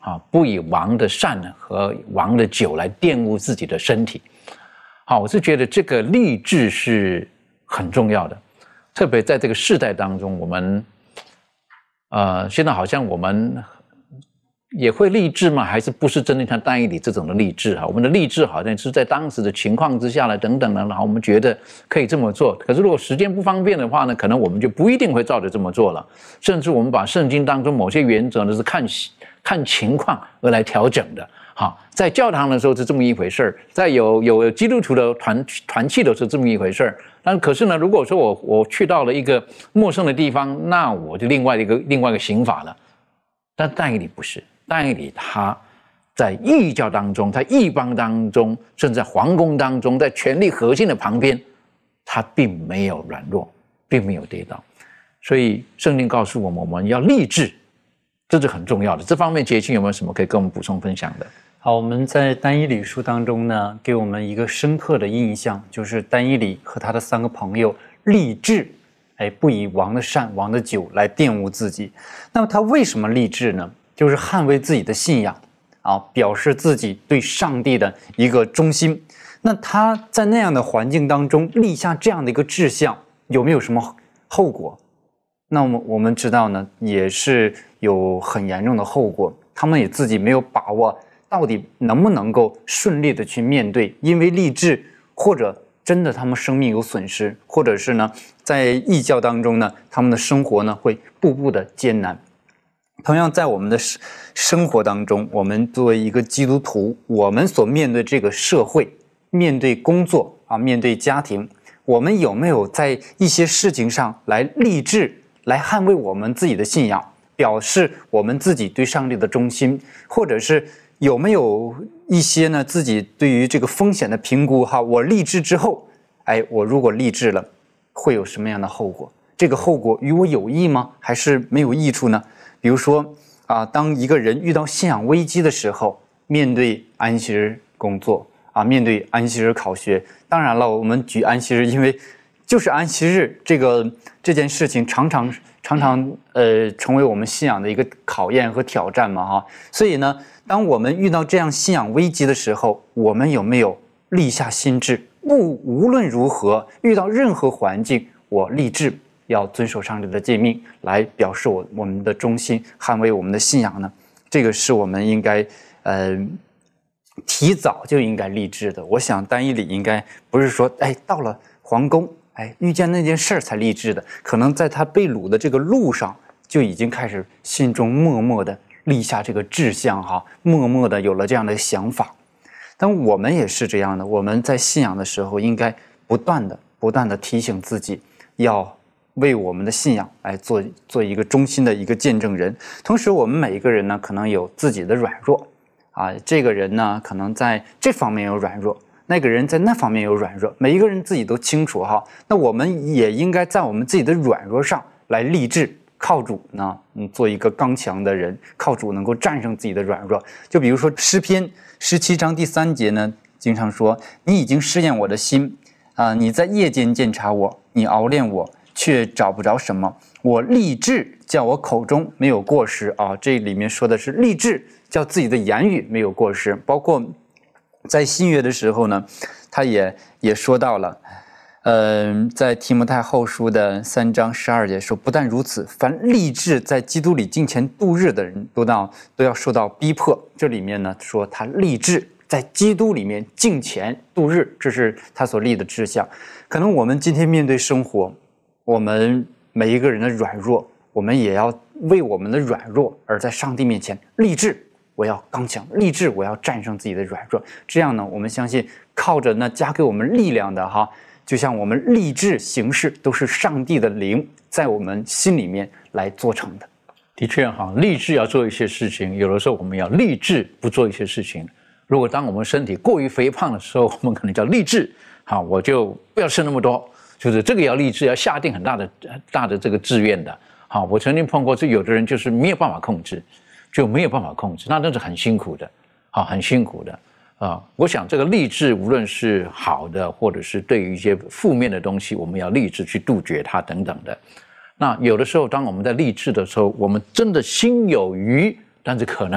啊，不以王的膳和王的酒来玷污自己的身体。好，我是觉得这个立志是很重要的，特别在这个世代当中，我们呃现在好像我们也会立志吗？还是不是真的像但以理这种的立志啊？我们的立志好像是在当时的情况之下呢，等等的，然后我们觉得可以这么做。可是如果时间不方便的话呢，可能我们就不一定会照着这么做了。甚至我们把圣经当中某些原则呢是看看情况而来调整的。好，在教堂的时候是这么一回事儿，在有有基督徒的团团契的时候是这么一回事儿。但可是呢，如果说我我去到了一个陌生的地方，那我就另外一个另外一个刑法了。但但以理不是。但以理他在异教当中，在异邦当中，甚至在皇宫当中，在权力核心的旁边，他并没有软弱，并没有跌倒。所以圣经告诉我们，我们要立志，这是很重要的。这方面杰青有没有什么可以跟我们补充分享的？ 好，我们在但以理书当中呢，给我们一个深刻的印象，就是但以理和他的三个朋友立志，哎，不以王的膳、王的酒来玷污自己。那么他为什么立志呢？就是捍卫自己的信仰啊，表示自己对上帝的一个忠心。那他在那样的环境当中立下这样的一个志向，有没有什么后果？那么我们知道呢，也是有很严重的后果。他们也自己没有把握，到底能不能够顺利的去面对，因为立志或者真的他们生命有损失，或者是呢，在异教当中呢，他们的生活呢会步步的艰难。同样在我们的生活当中，我们作为一个基督徒，我们所面对这个社会，面对工作啊，面对家庭，我们有没有在一些事情上来立志，来捍卫我们自己的信仰，表示我们自己对上帝的忠心，或者是有没有一些呢自己对于这个风险的评估哈？我立志之后，哎，我如果立志了，会有什么样的后果？这个后果与我有益吗？还是没有益处呢？比如说啊，当一个人遇到信仰危机的时候，面对安息日工作啊，面对安息日考学，当然了，我们举安息日，因为就是安息日这个这件事情，常常常常呃成为我们信仰的一个考验和挑战嘛哈。所以呢，当我们遇到这样信仰危机的时候，我们有没有立下心志，不无论如何遇到任何环境，我立志要遵守上帝的诫命，来表示我我们的忠心，捍卫我们的信仰呢？这个是我们应该呃提早就应该立志的。我想但以理应该不是说哎到了皇宫哎遇见那件事才立志的，可能在他被掳的这个路上就已经开始心中默默的立下这个志向哈，默默的有了这样的想法。但我们也是这样的，我们在信仰的时候应该不断的不断的提醒自己，要为我们的信仰来做做一个忠心的一个见证人。同时我们每一个人呢可能有自己的软弱啊，这个人呢可能在这方面有软弱，那个人在那方面有软弱，每一个人自己都清楚哈。那我们也应该在我们自己的软弱上来立志，靠主呢嗯做一个刚强的人，靠主能够战胜自己的软弱。就比如说诗篇十七章第三节呢经常说，你已经试验我的心啊，你在夜间鉴察我，你熬炼我，却找不着什么。我立志叫我口中没有过失啊，这里面说的是立志叫自己的言语没有过失。包括在新约的时候呢，他也也说到了，呃，在提摩太后书的三章十二节说，不但如此，凡立志在基督里敬虔度日的人，都到都要受到逼迫。这里面呢说他立志在基督里面敬虔度日，这是他所立的志向。可能我们今天面对生活，我们每一个人的软弱，我们也要为我们的软弱而在上帝面前立志，我要刚强，立志我要战胜自己的软弱。这样呢，我们相信靠着那加给我们力量的哈，就像我们立志行事，都是上帝的灵在我们心里面来做成的。 的确哈，立志要做一些事情，有的时候我们要立志不做一些事情。如果当我们身体过于肥胖的时候，我们可能叫立志，好，我就不要吃那么多。就是这个要立志，要下定很大的大的这个志愿的。好，我曾经碰过，是有的人就是没有办法控制，就没有办法控制，那那是很辛苦的，好，很辛苦的啊。我想这个立志，无论是好的，或者是对于一些负面的东西，我们要立志去杜绝它等等的。那有的时候，当我们在立志的时候，我们真的心有余，但是可能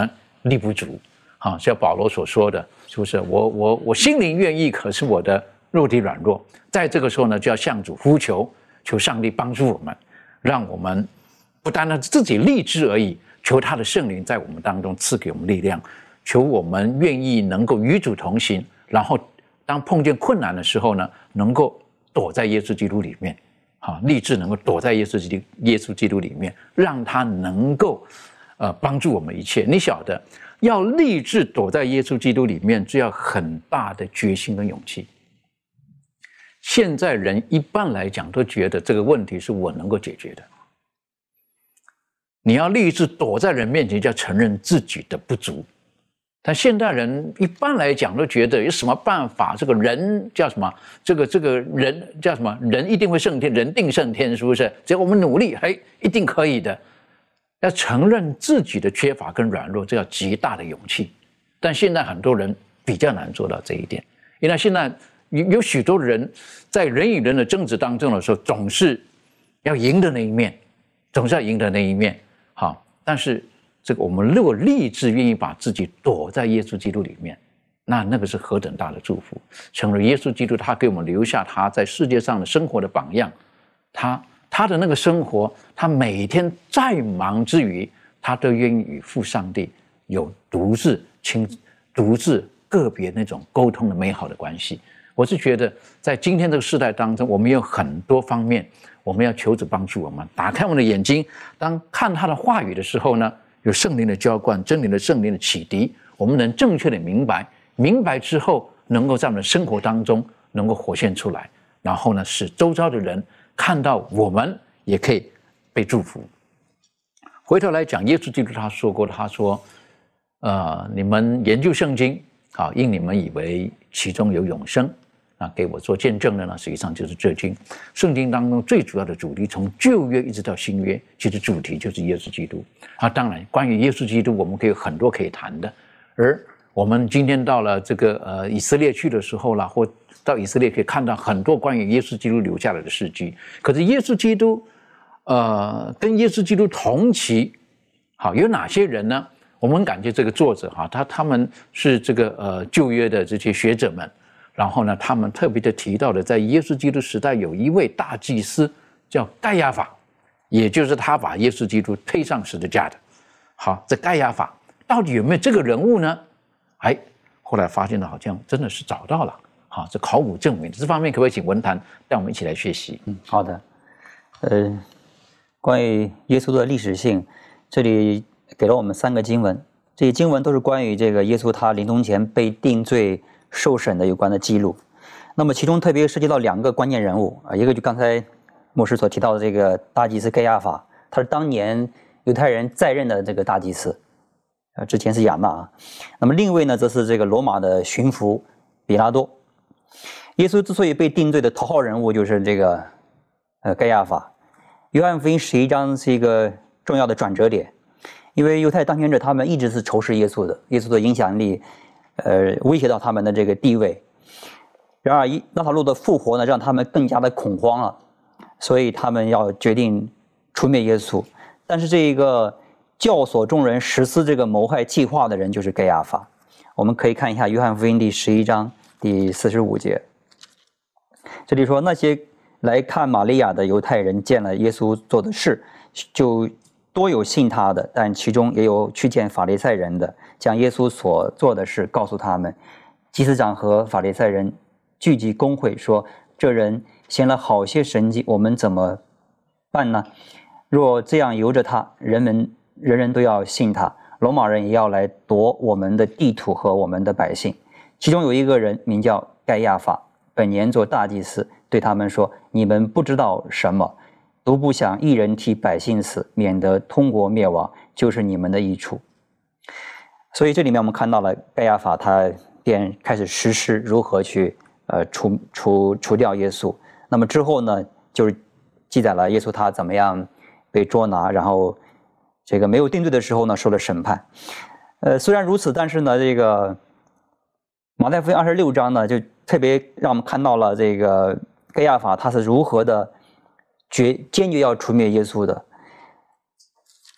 力不足。啊，像保罗所说的，是不是？我我我心灵愿意，可是我的肉体软弱。在这个时候呢，就要向主呼求，求上帝帮助我们，让我们不单单自己立志而已，求他的圣灵在我们当中赐给我们力量，求我们愿意能够与主同行，然后当碰见困难的时候呢，能够躲在耶稣基督里面，啊，立志能够躲在耶稣基督耶稣基督里面，让他能够呃帮助我们一切。你晓得，要立志躲在耶稣基督里面，这要很大的决心跟勇气。现在人一般来讲都觉得这个问题是我能够解决的。你要立志躲在人面前，就要承认自己的不足。但现代人一般来讲都觉得有什么办法？这个人叫什么？这个这个人叫什么？人一定会胜天，人定胜天，是不是？只要我们努力，哎，一定可以的。要承认自己的缺乏跟软弱，这要极大的勇气。但现在很多人比较难做到这一点，因为现在有许多人在人与人的争执当中的时候，总是要赢的那一面，总是要赢的那一面。好，但是这个我们如果立志愿意把自己躲在耶稣基督里面，那那个是何等大的祝福！成为耶稣基督，他给我们留下他在世界上的生活的榜样，他。他的那个生活，他每天在忙之余，他都愿意与父上帝有独自亲、独自个别那种沟通的美好的关系。我是觉得，在今天这个时代当中，我们有很多方面，我们要求主帮助我们，打开我们的眼睛。当看他的话语的时候呢，有圣灵的浇灌、真理的圣灵的启迪，我们能正确的明白，明白之后，能够在我们的生活当中能够活现出来，然后呢，使周遭的人看到我们也可以被祝福。回头来讲，耶稣基督他说过，他说：“呃，你们研究圣经，啊，因你们以为其中有永生，那给我做见证的呢，实际上就是这经。圣经当中最主要的主题，从旧约一直到新约，其实主题就是耶稣基督。啊，当然，关于耶稣基督，我们可以有很多可以谈的。而我们今天到了这个呃以色列去的时候啦，或到以色列可以看到很多关于耶稣基督留下来的事迹。可是耶稣基督，呃，跟耶稣基督同期，好，有哪些人呢？我们感觉这个作者哈，他他们是这个呃旧约的这些学者们，然后呢，他们特别的提到的，在耶稣基督时代有一位大祭司叫盖亚法，也就是他把耶稣基督推上十字架的。好，这盖亚法到底有没有这个人物呢？哎，后来发现了，好像真的是找到了。好，这考古证明，这方面可不可以请文坛带我们一起来学习？ 嗯，好的。呃，关于耶稣的历史性，这里给了我们三个经文，这些经文都是关于这个耶稣他临终前被定罪受审的有关的记录。那么其中特别涉及到两个关键人物啊，一个就刚才牧师所提到的这个大祭司盖亚法，他是当年犹太人在任的这个大祭司，啊，之前是亚那。那么另一位呢，则是这个罗马的巡抚比拉多。耶稣之所以被定罪的头号人物就是这个呃盖亚法。约翰福音十一章是一个重要的转折点，因为犹太当权者他们一直是仇视耶稣的，耶稣的影响力呃威胁到他们的这个地位。然而拉撒路的复活呢，让他们更加的恐慌了，所以他们要决定除灭耶稣。但是这一个教唆众人实施这个谋害计划的人就是盖亚法。我们可以看一下约翰福音第十一章第四十五节，这里说，那些来看玛利亚的犹太人见了耶稣做的事，就多有信他的，但其中也有去见法利赛人的，将耶稣所做的事告诉他们。祭司长和法利赛人聚集公会，说：这人行了好些神迹，我们怎么办呢？若这样由着他，人们人人都要信他，罗马人也要来夺我们的地土和我们的百姓。其中有一个人名叫盖亚法，本年做大祭司，对他们说：你们不知道什么，独不想一人替百姓死，免得通国灭亡，就是你们的益处。所以这里面我们看到了盖亚法他便开始实施如何去呃除除除掉耶稣。那么之后呢，就是记载了耶稣他怎么样被捉拿，然后这个没有定罪的时候呢，受了审判。呃，虽然如此，但是呢，这个马太福音二十六章呢，就特别让我们看到了这个盖亚法他是如何的决坚决要除灭耶稣的。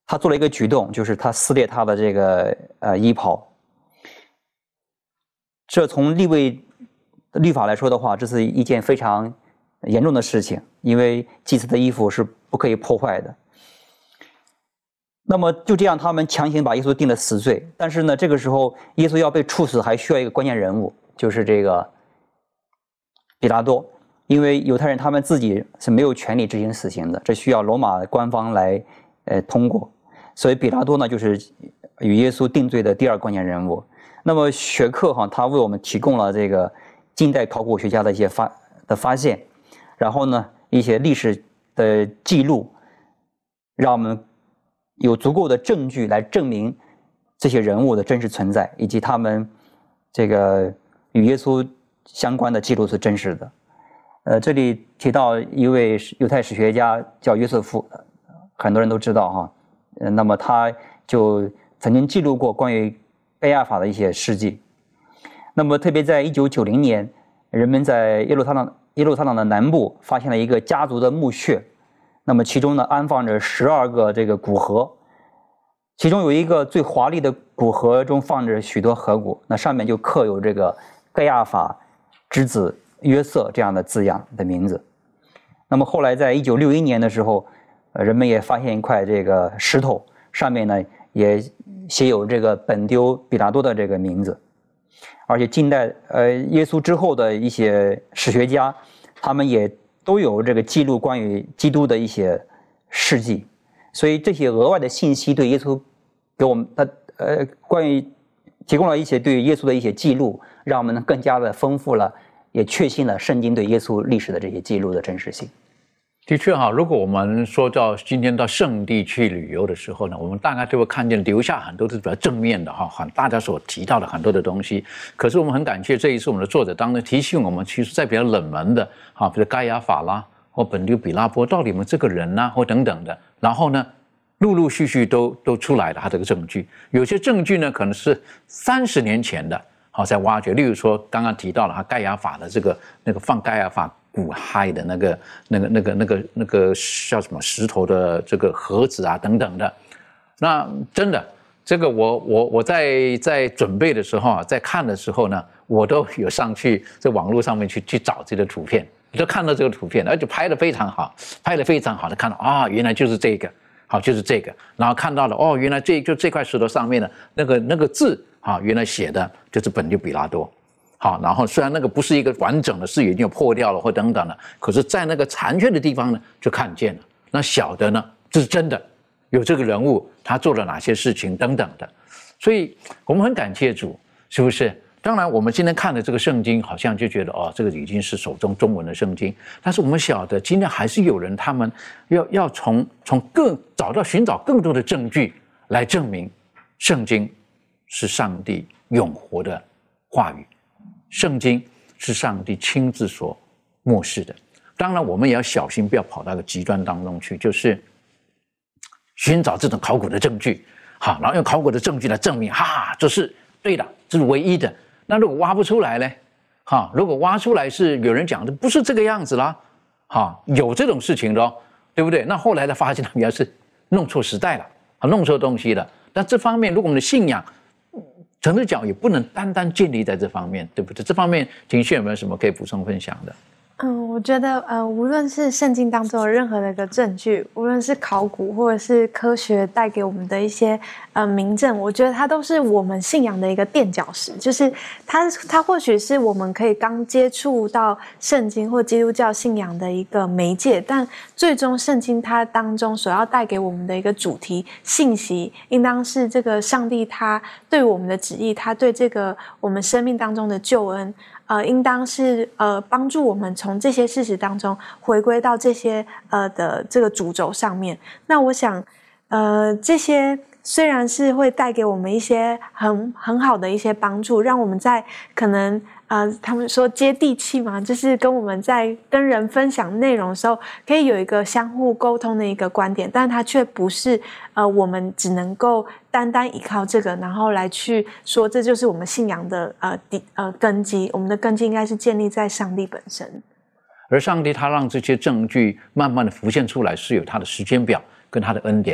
他做了一个举动，就是他撕裂他的这个呃衣袍。这从利未律法来说的话，这是一件非常严重的事情，因为祭司的衣服是不可以破坏的。那么就这样，他们强行把耶稣定了死罪。但是呢，这个时候耶稣要被处死，还需要一个关键人物，就是这个比拉多。因为犹太人他们自己是没有权利执行死刑的，这需要罗马官方来呃通过。所以比拉多呢，就是与耶稣定罪的第二关键人物。那么学克哈，他为我们提供了这个近代考古学家的一些发的发现，然后呢，一些历史的记录，让我们有足够的证据来证明这些人物的真实存在，以及他们这个与耶稣相关的记录是真实的。呃，这里提到一位犹太史学家叫约瑟夫，很多人都知道哈。呃，那么他就曾经记录过关于盖亚法的一些事迹。那么特别在一九九零年，人们在耶路撒冷耶路撒冷的南部发现了一个家族的墓穴。那么其中呢，安放着十二个这个骨盒，其中有一个最华丽的骨盒中放着许多骸骨，那上面就刻有这个盖亚法之子约瑟这样的字样的名字。那么后来在一九六一年的时候，呃，人们也发现一块这个石头，上面呢也写有这个本丢比拉多的这个名字。而且近代呃耶稣之后的一些史学家，他们也都有这个记录关于基督的一些事迹，所以这些额外的信息对耶稣给我们的呃关于提供了一些对耶稣的一些记录，让我们更加的丰富了，也确信了圣经对耶稣历史的这些记录的真实性。 的确哈，如果我们说到今天到圣地去旅游的时候呢，我们大概就会看见留下很多是比较正面的哈，很大家所提到的很多的东西。可是我们很感谢这一次我们的作者当中提醒我们，其实在比较冷门的哈，比如盖亚法啦或本丢比拉波，到底我们这个人呐、啊、或等等的，然后呢，陆陆续续都都出来了他这个证据。有些证据呢可能是三十年前的，好在挖掘，例如说刚刚提到了他盖亚法的这个那个放盖亚法骨骸的那个、那个、那个、那个、那个叫什么石头的这个盒子啊，等等的。那真的，这个我我我在在准备的时候啊，在看的时候呢，我都有上去在网络上面去去找这个图片，就看到这个图片，而且拍得非常好，拍得非常好的看到啊，原来就是这个，好就是这个，然后看到了哦，原来这就这块石头上面的那个那个字啊，原来写的就是本丢比拉多。好，然后虽然那个不是一个完整的字，已经有破掉了或等等的，可是在那个残缺的地方呢，就看见了。那小的呢，这是真的，有这个人物他做了哪些事情等等的，所以我们很感谢主，是不是？当然，我们今天看的这个圣经，好像就觉得哦，这个已经是手中中文的圣经，但是我们晓得，今天还是有人他们要要从从更找到寻找更多的证据来证明圣经是上帝永活的话语。圣经是上帝亲自所默示的，当然我们也要小心，不要跑到一个极端当中去，就是寻找这种考古的证据，好，然后用考古的证据来证明，哈，这是对的，这是唯一的。那如果挖不出来呢？哈，如果挖出来是有人讲的不是这个样子啦，哈，有这种事情的哦，对不对？那后来的发现他们要是弄错时代了，啊，弄错东西了。但这方面，如果我们的信仰，陈志讲也不能单单建立在这方面，对不对？这方面庭轩有没有什么可以补充分享的？ 嗯，我觉得呃，无论是圣经当中的任何的一个证据，无论是考古或者是科学带给我们的一些呃明证，我觉得它都是我们信仰的一个垫脚石。就是它它或许是我们可以刚接触到圣经或基督教信仰的一个媒介，但最终圣经它当中所要带给我们的一个主题信息，应当是这个上帝他对我们的旨意，他对这个我们生命当中的救恩。呃，应当是呃帮助我们从这些事实当中回归到这些呃的这个主轴上面。那我想，呃，这些虽然是会带给我们一些很很好的一些帮助，让我们在可能呃他们说接地气嘛，就是跟我们在跟人分享内容的时候，可以有一个相互沟通的一个观点，但它却不是呃我们只能够单单依靠这个，然后来去说这就是我们信仰的呃底呃根基。我们的根基应该是建立在上帝本身。 而上帝他让这些证据慢慢的浮现出来，是有他的时间表跟他的恩典。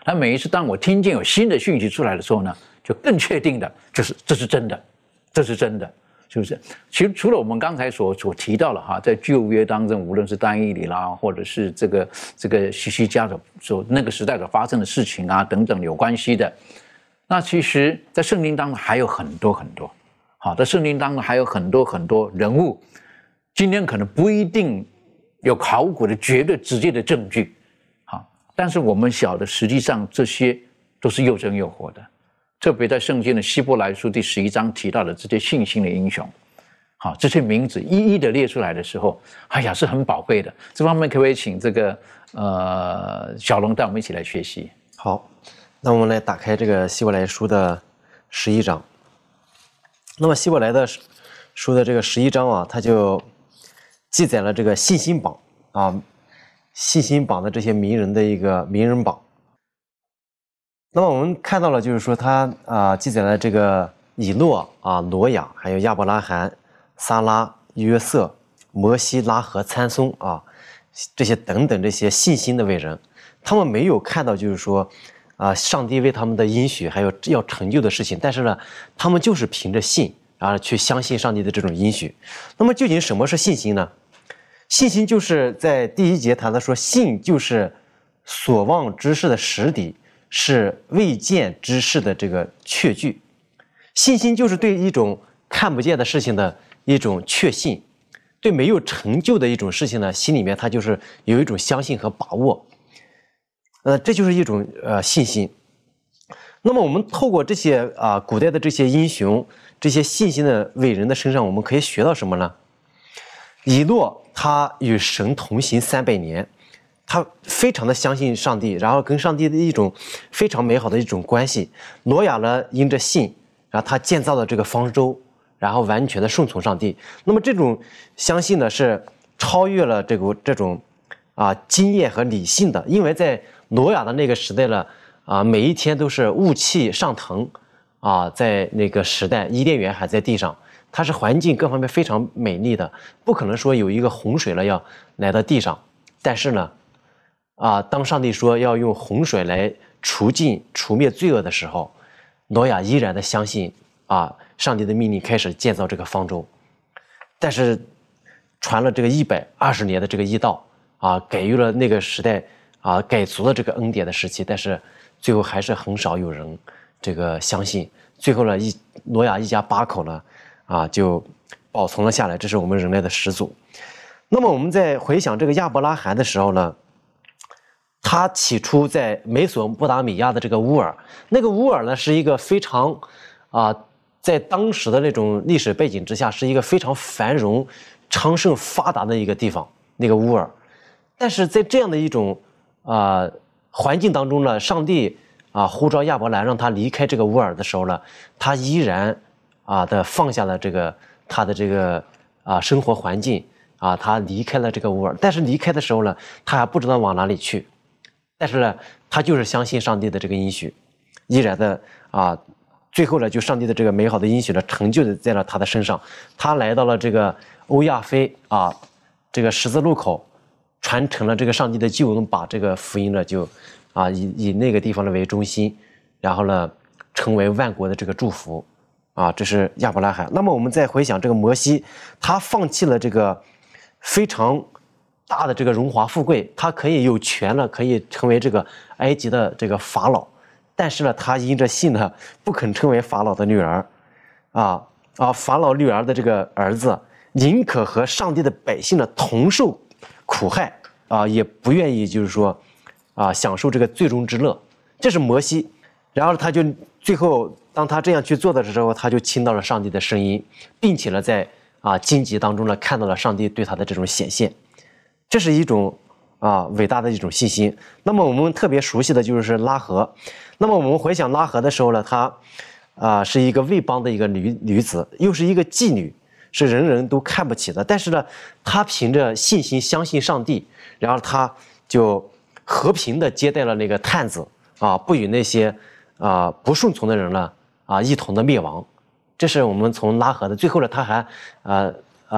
他每一次当我听见有新的讯息出来的时候呢，就更确定的，就是这是真的，这是真的，是不是？其实除了我们刚才所所提到了哈，在旧约当中，无论是但以理啦，或者是这个这个希西家的所那个时代所发生的事情啊等等有关系的，那其实在圣经当中还有很多很多。好，在圣经当中还有很多很多人物，今天可能不一定有考古的绝对直接的证据，好，但是我们晓得实际上这些都是又真又活的，特别在圣经的希伯来书第十一章提到的这些信心的英雄，好，这些名字一一的列出来的时候，哎呀，是很宝贵的。这方面可不可以请这个呃小龙带我们一起来学习？ 好，那我们来打开这个希伯来书的十一章。那么希伯来的书的这个十一章啊，它就记载了这个信心榜啊，信心榜的这些名人的一个名人榜。那么我们看到了，就是说他啊记载了这个以诺啊、挪亚，还有亚伯拉罕、撒拉、约瑟、摩西、拉合、参松啊，这些等等这些信心的伟人，他们没有看到就是说啊上帝为他们的应许还有要成就的事情，但是呢，他们就是凭着信啊去相信上帝的这种应许。那么究竟什么是信心呢？信心就是在第一节谈的说，信就是所望之事的实底，是未见之事的这个确据。信心就是对一种看不见的事情的一种确信，对没有成就的一种事情呢，心里面他就是有一种相信和把握。呃，这就是一种呃信心。那么我们透过这些啊、呃、古代的这些英雄、这些信心的伟人的身上，我们可以学到什么呢？以诺他与神同行三百年，他非常的相信上帝，然后跟上帝的一种非常美好的一种关系。挪亚呢，因着信，然后他建造了这个方舟，然后完全的顺从上帝。那么这种相信呢，是超越了这个这种啊经验和理性的，因为在挪亚的那个时代呢，啊每一天都是雾气上腾，啊在那个时代伊甸园还在地上，它是环境各方面非常美丽的，不可能说有一个洪水了要来到地上。但是呢，啊当上帝说要用洪水来除尽除灭罪恶的时候，挪亚依然的相信啊上帝的命令，开始建造这个方舟。但是传了这个一百二十年的这个义道啊，给予了那个时代啊改足了这个恩典的时期，但是最后还是很少有人这个相信。最后呢，一挪亚一家八口呢啊就保存了下来，这是我们人类的始祖。那么我们在回想这个亚伯拉罕的时候呢，他起初在美索不达米亚的这个乌尔，那个乌尔呢是一个非常啊在当时的那种历史背景之下，是一个非常繁荣昌盛发达的一个地方，那个乌尔。但是在这样的一种啊、呃、环境当中呢，上帝啊呼召亚伯兰让他离开这个乌尔的时候呢，他依然啊的放下了这个他的这个啊生活环境啊，他离开了这个乌尔。但是离开的时候呢，他还不知道往哪里去，但是呢，他就是相信上帝的这个应许，依然的啊，最后呢，就上帝的这个美好的应许呢，成就在了他的身上。他来到了这个欧亚非啊，这个十字路口，传承了这个上帝的救恩，把这个福音呢就啊以以那个地方呢为中心，然后呢成为万国的这个祝福啊，这是亚伯拉罕。那么我们再回想这个摩西，他放弃了这个非常大的这个荣华富贵，他可以有权了，可以成为这个埃及的这个法老，但是呢，他因着信呢，不肯成为法老的女儿，啊啊，法老女儿的这个儿子，宁可和上帝的百姓呢同受苦害啊，也不愿意就是说啊享受这个最终之乐。这是摩西，然后他就最后当他这样去做的时候，他就听到了上帝的声音，并且呢，在啊荆棘当中呢看到了上帝对他的这种显现。这是一种啊伟大的一种信心。那么我们特别熟悉的就是拉合。那么我们回想拉合的时候呢，她啊是一个卫邦的一个女女子，又是一个妓女，是人人都看不起的。但是呢，她凭着信心相信上帝，然后她就和平的接待了那个探子啊，不与那些啊不顺从的人呢啊一同的灭亡。这是我们从拉合的。最后呢，她还啊啊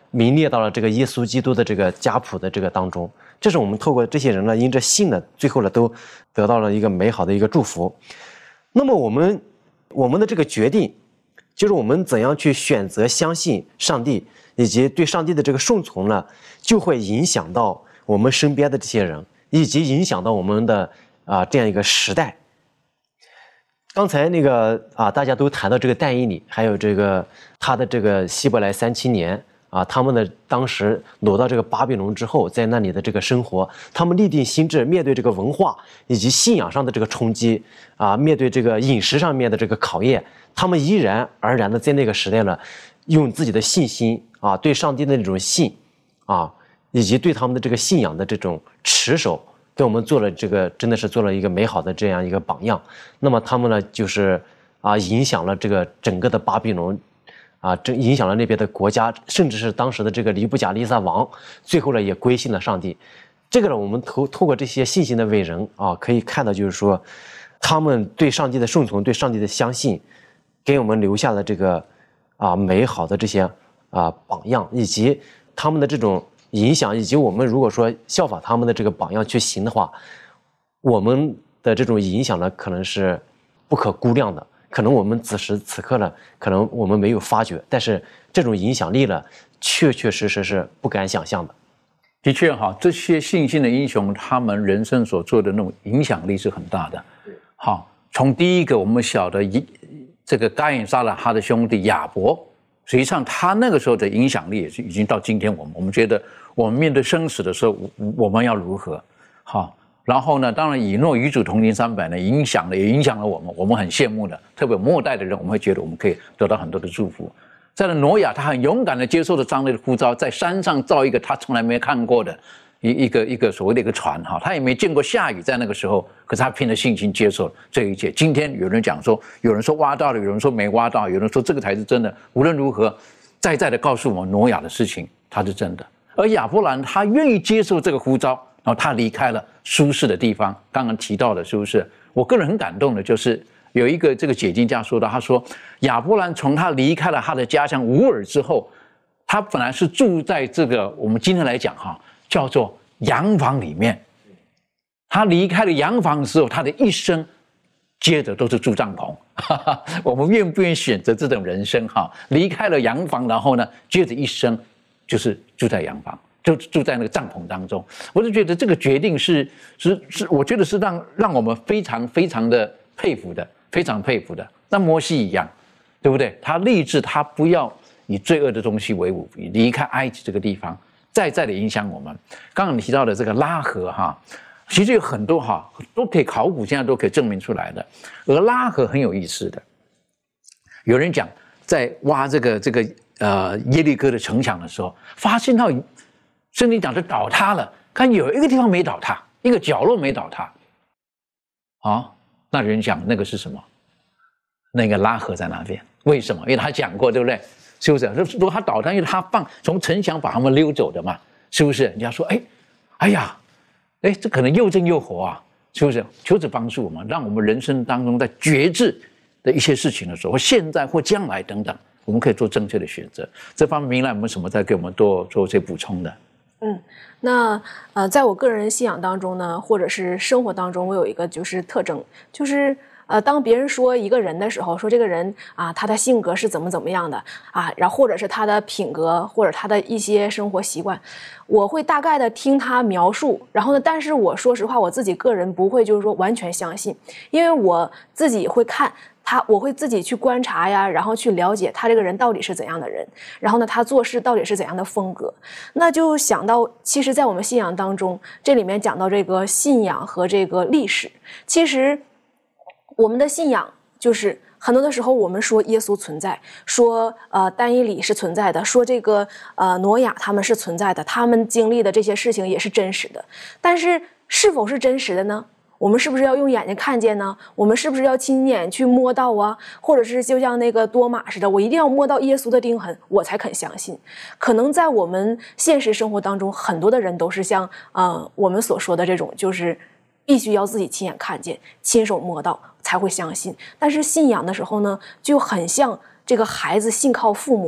名列到了这个耶稣基督的这个家谱的这个当中。这是我们透过这些人呢，因着信呢，最后呢都得到了一个美好的一个祝福。那么我们我们的这个决定，就是我们怎样去选择相信上帝，以及对上帝的这个顺从呢，就会影响到我们身边的这些人，以及影响到我们的啊、呃、这样一个时代。刚才那个啊，大家都谈到这个但以理，还有这个他的这个希伯来三七年啊，他们的当时挪到这个巴比伦之后，在那里的这个生活，他们立定心智，面对这个文化以及信仰上的这个冲击啊，面对这个饮食上面的这个考验，他们依然而然的在那个时代呢，用自己的信心啊，对上帝的那种信啊，以及对他们的这个信仰的这种持守，给我们做了这个真的是做了一个美好的这样一个榜样。那么他们呢，就是啊，影响了这个整个的巴比伦。啊，这影响了那边的国家，甚至是当时的这个尼布甲尼撒王，最后呢也归信了上帝。这个呢，我们透透过这些信心的伟人啊，可以看到，就是说，他们对上帝的顺从，对上帝的相信，给我们留下了这个啊美好的这些啊榜样，以及他们的这种影响，以及我们如果说效仿他们的这个榜样去行的话，我们的这种影响呢，可能是不可估量的。可能我们此时此刻呢，可能我们没有发觉，但是这种影响力呢，确确实实是不敢想象的。 的确哈，这些信心的英雄，他们人生所做的那种影响力是很大的。好，从第一个我们晓得一这个该隐杀了他的兄弟亚伯，实际上他那个时候的影响力也是已经到今天我们我们觉得我们面对生死的时候，我们要如何？好。然后呢，当然以诺与主同行三百年，影响了也影响了我们，我们很羡慕的，特别末代的人，我们会觉得我们可以得到很多的祝福。再来，挪亚他很勇敢的接受了上帝的呼召，在山上造一个他从来没看过的一一个一个所谓的一个船哈，他也没见过下雨，在那个时候，可是他凭着信心接受这一切。今天有人讲说，有人说挖到了，有人说没挖到，有人说这个才是真的。无论如何，再再的告诉我们挪亚的事情，它是真的。而亚伯兰他愿意接受这个呼召。然后他离开了舒适的地方，刚刚提到的是不是？我个人很感动的就是有一个这个解经家说到，他说亚伯兰从他离开了他的家乡乌尔之后，他本来是住在这个我们今天来讲哈叫做洋房里面，他离开了洋房之后，他的一生接着都是住帐篷。哈哈，我们愿不愿意选择这种人生哈？离开了洋房，然后呢，接着一生就是住在洋房。就住在那个帐篷当中，我就觉得这个决定是是是，我觉得是让让我们非常非常的佩服的，非常佩服的。那摩西一样，对不对？他立志他不要以罪恶的东西为伍，离开埃及这个地方，再再的影响我们。刚刚你提到的这个拉合哈，其实有很多哈都可以考古，现在都可以证明出来的。而拉合很有意思的，有人讲在挖这个这个呃耶利哥的城墙的时候，发现到。圣经讲是倒塌了，看有一个地方没倒塌，一个角落没倒塌，啊，那人讲那个是什么？那个拉合在那边，为什么？因为他讲过，对不对？是不是？如果他倒塌，因为他放从城墙把他们溜走的嘛，是不是？人家说，哎，哎呀，哎，这可能又正又活啊，是不是？求主帮助我们，让我们人生当中在觉知的一些事情的时候，或现在或将来等等，我们可以做正确的选择。这方面，明来有没有什么再给我们多做一些补充的？ 嗯，那呃，在我个人信仰当中呢，或者是生活当中，我有一个就是特征，就是呃，当别人说一个人的时候，说这个人啊，他的性格是怎么怎么样的啊，然后或者是他的品格，或者他的一些生活习惯，我会大概的听他描述，然后呢，但是我说实话，我自己个人不会就是说完全相信，因为我自己会看。他我会自己去观察呀，然后去了解他这个人到底是怎样的人，然后呢，他做事到底是怎样的风格。那就想到，其实，在我们信仰当中，这里面讲到这个信仰和这个历史，其实我们的信仰就是很多的时候，我们说耶稣存在，说呃但以理是存在的，说这个呃挪亚他们是存在的，他们经历的这些事情也是真实的，但是是否是真实的呢？我们是不是要用眼睛看见呢？我们是不是要亲眼去摸到啊？或者是就像那个多马似的，我一定要摸到耶稣的钉痕，我才肯相信。可能在我们现实生活当中，很多的人都是像呃我们所说的这种，就是必须要自己亲眼看见、亲手摸到才会相信。但是信仰的时候呢，就很像这个孩子信靠父母。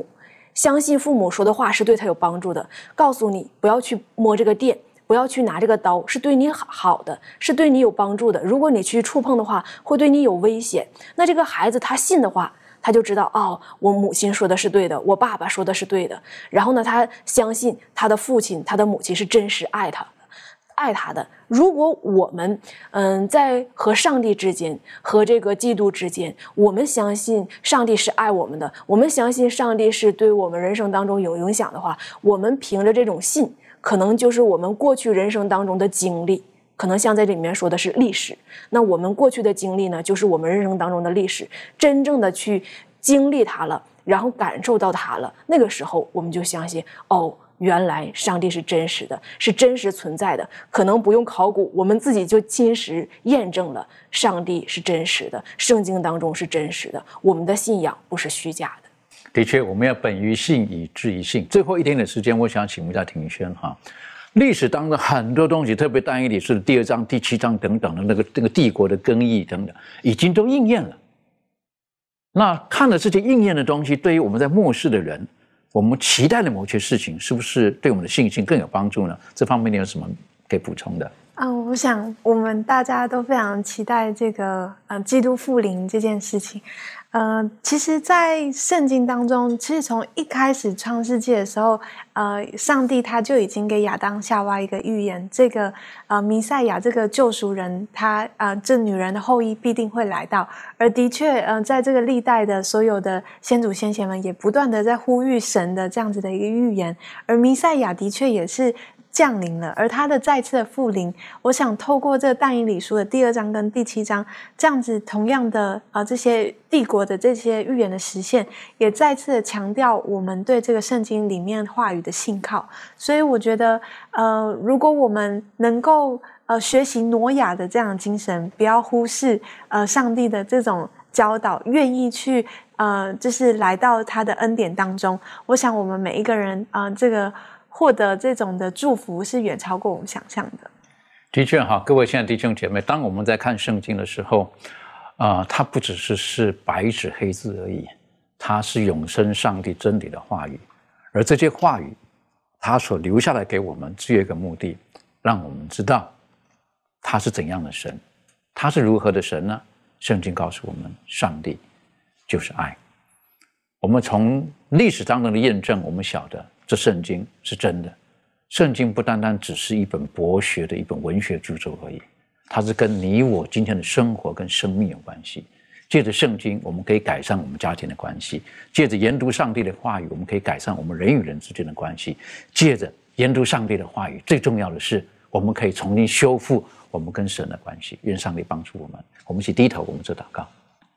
相信父母说的话是对他有帮助的，告诉你不要去摸这个电，不要去拿这个刀，是对你好的，是对你有帮助的。如果你去触碰的话，会对你有危险。那这个孩子他信的话，他就知道哦，我母亲说的是对的，我爸爸说的是对的。然后呢，他相信他的父亲、他的母亲是真实爱他的。爱他的。如果我们嗯在和上帝之间和这个基督之间，我们相信上帝是爱我们的，我们相信上帝是对我们人生当中有影响的话，我们凭着这种信，可能就是我们过去人生当中的经历，可能像在这里面说的是历史。那我们过去的经历呢，就是我们人生当中的历史，真正的去经历它了，然后感受到它了，那个时候我们就相信哦。原来上帝是真实的，是真实存在的，可能不用考古，我们自己就亲实验证了上帝是真实的，圣经当中是真实的，我们的信仰不是虚假的。 的确，我们要本于信，以至于信。最后一点点时间，我想请问一下庭轩哈，历史当中很多东西，特别但以理书的第二章、第七章等等的那个那个帝国的更易等等，已经都应验了。那看了这些应验的东西，对于我们在末世的人，我们期待的某些事情，是不是对我们的信心更有帮助呢？这方面你有什么可以补充的？ 嗯，我想我们大家都非常期待这个呃基督复临这件事情。呃，其实，在圣经当中，其实从一开始创世纪的时候，呃，上帝他就已经给亚当夏娃一个预言，这个呃弥赛亚这个救赎人，他呃这女人的后裔必定会来到。而的确，呃，在这个历代的所有的先祖先贤们，也不断的在呼吁神的这样子的一个预言，而弥赛亚的确也是降临了，而他的再次的复临，我想透过这但以理书的第二章跟第七章，这样子同样的啊、呃、这些帝国的这些预言的实现，也再次的强调我们对这个圣经里面话语的信靠。所以我觉得，呃，如果我们能够呃学习挪亚的这样的精神，不要忽视呃上帝的这种教导，愿意去呃就是来到他的恩典当中，我想我们每一个人啊、呃、这个。获得这种的祝福是远超过我们想象的。 的确哈，各位亲爱的弟兄姐妹，当我们在看圣经的时候，啊、呃，它不只是是白纸黑字而已，它是永生上帝真理的话语，而这些话语，它所留下来给我们，只有一个目的，让我们知道他是怎样的神，他是如何的神呢？圣经告诉我们，上帝就是爱。我们从历史当中的验证，我们晓得。这圣经是真的，圣经不单单只是一本博学的一本文学著作而已，它是跟你我今天的生活跟生命有关系。借着圣经，我们可以改善我们家庭的关系；借着研读上帝的话语，我们可以改善我们人与人之间的关系；借着研读上帝的话语，最重要的是，我们可以重新修复我们跟神的关系。愿上帝帮助我们，我们一起低头，我们做祷告。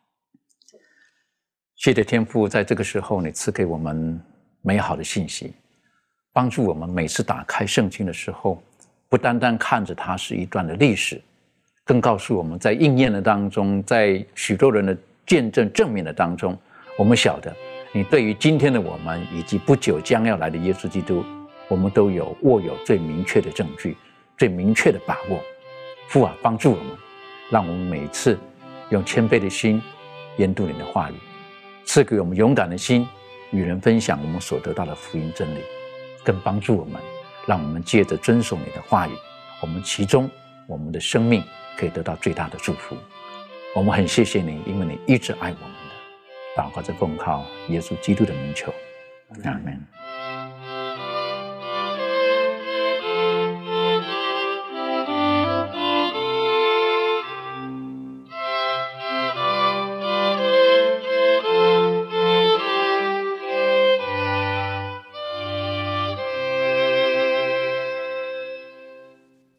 谢谢天父，在这个时候，你赐给我们美好的信息。帮助我们每次打开圣经的时候，不单单看着它是一段的历史，更告诉我们在应验的当中，在许多人的见证证明的当中，我们晓得你对于今天的我们以及不久将要来的耶稣基督，我们都有握有最明确的证据，最明确的把握。父啊，帮助我们，让我们每次用谦卑的心研读你的话语，赐给我们勇敢的心，与人分享我们所得到的福音真理。更帮助我们，让我们借着遵守你的话语，我们其中我们的生命可以得到最大的祝福。我们很谢谢你，因为你一直爱我们的。祷告着奉靠耶稣基督的名求，阿们。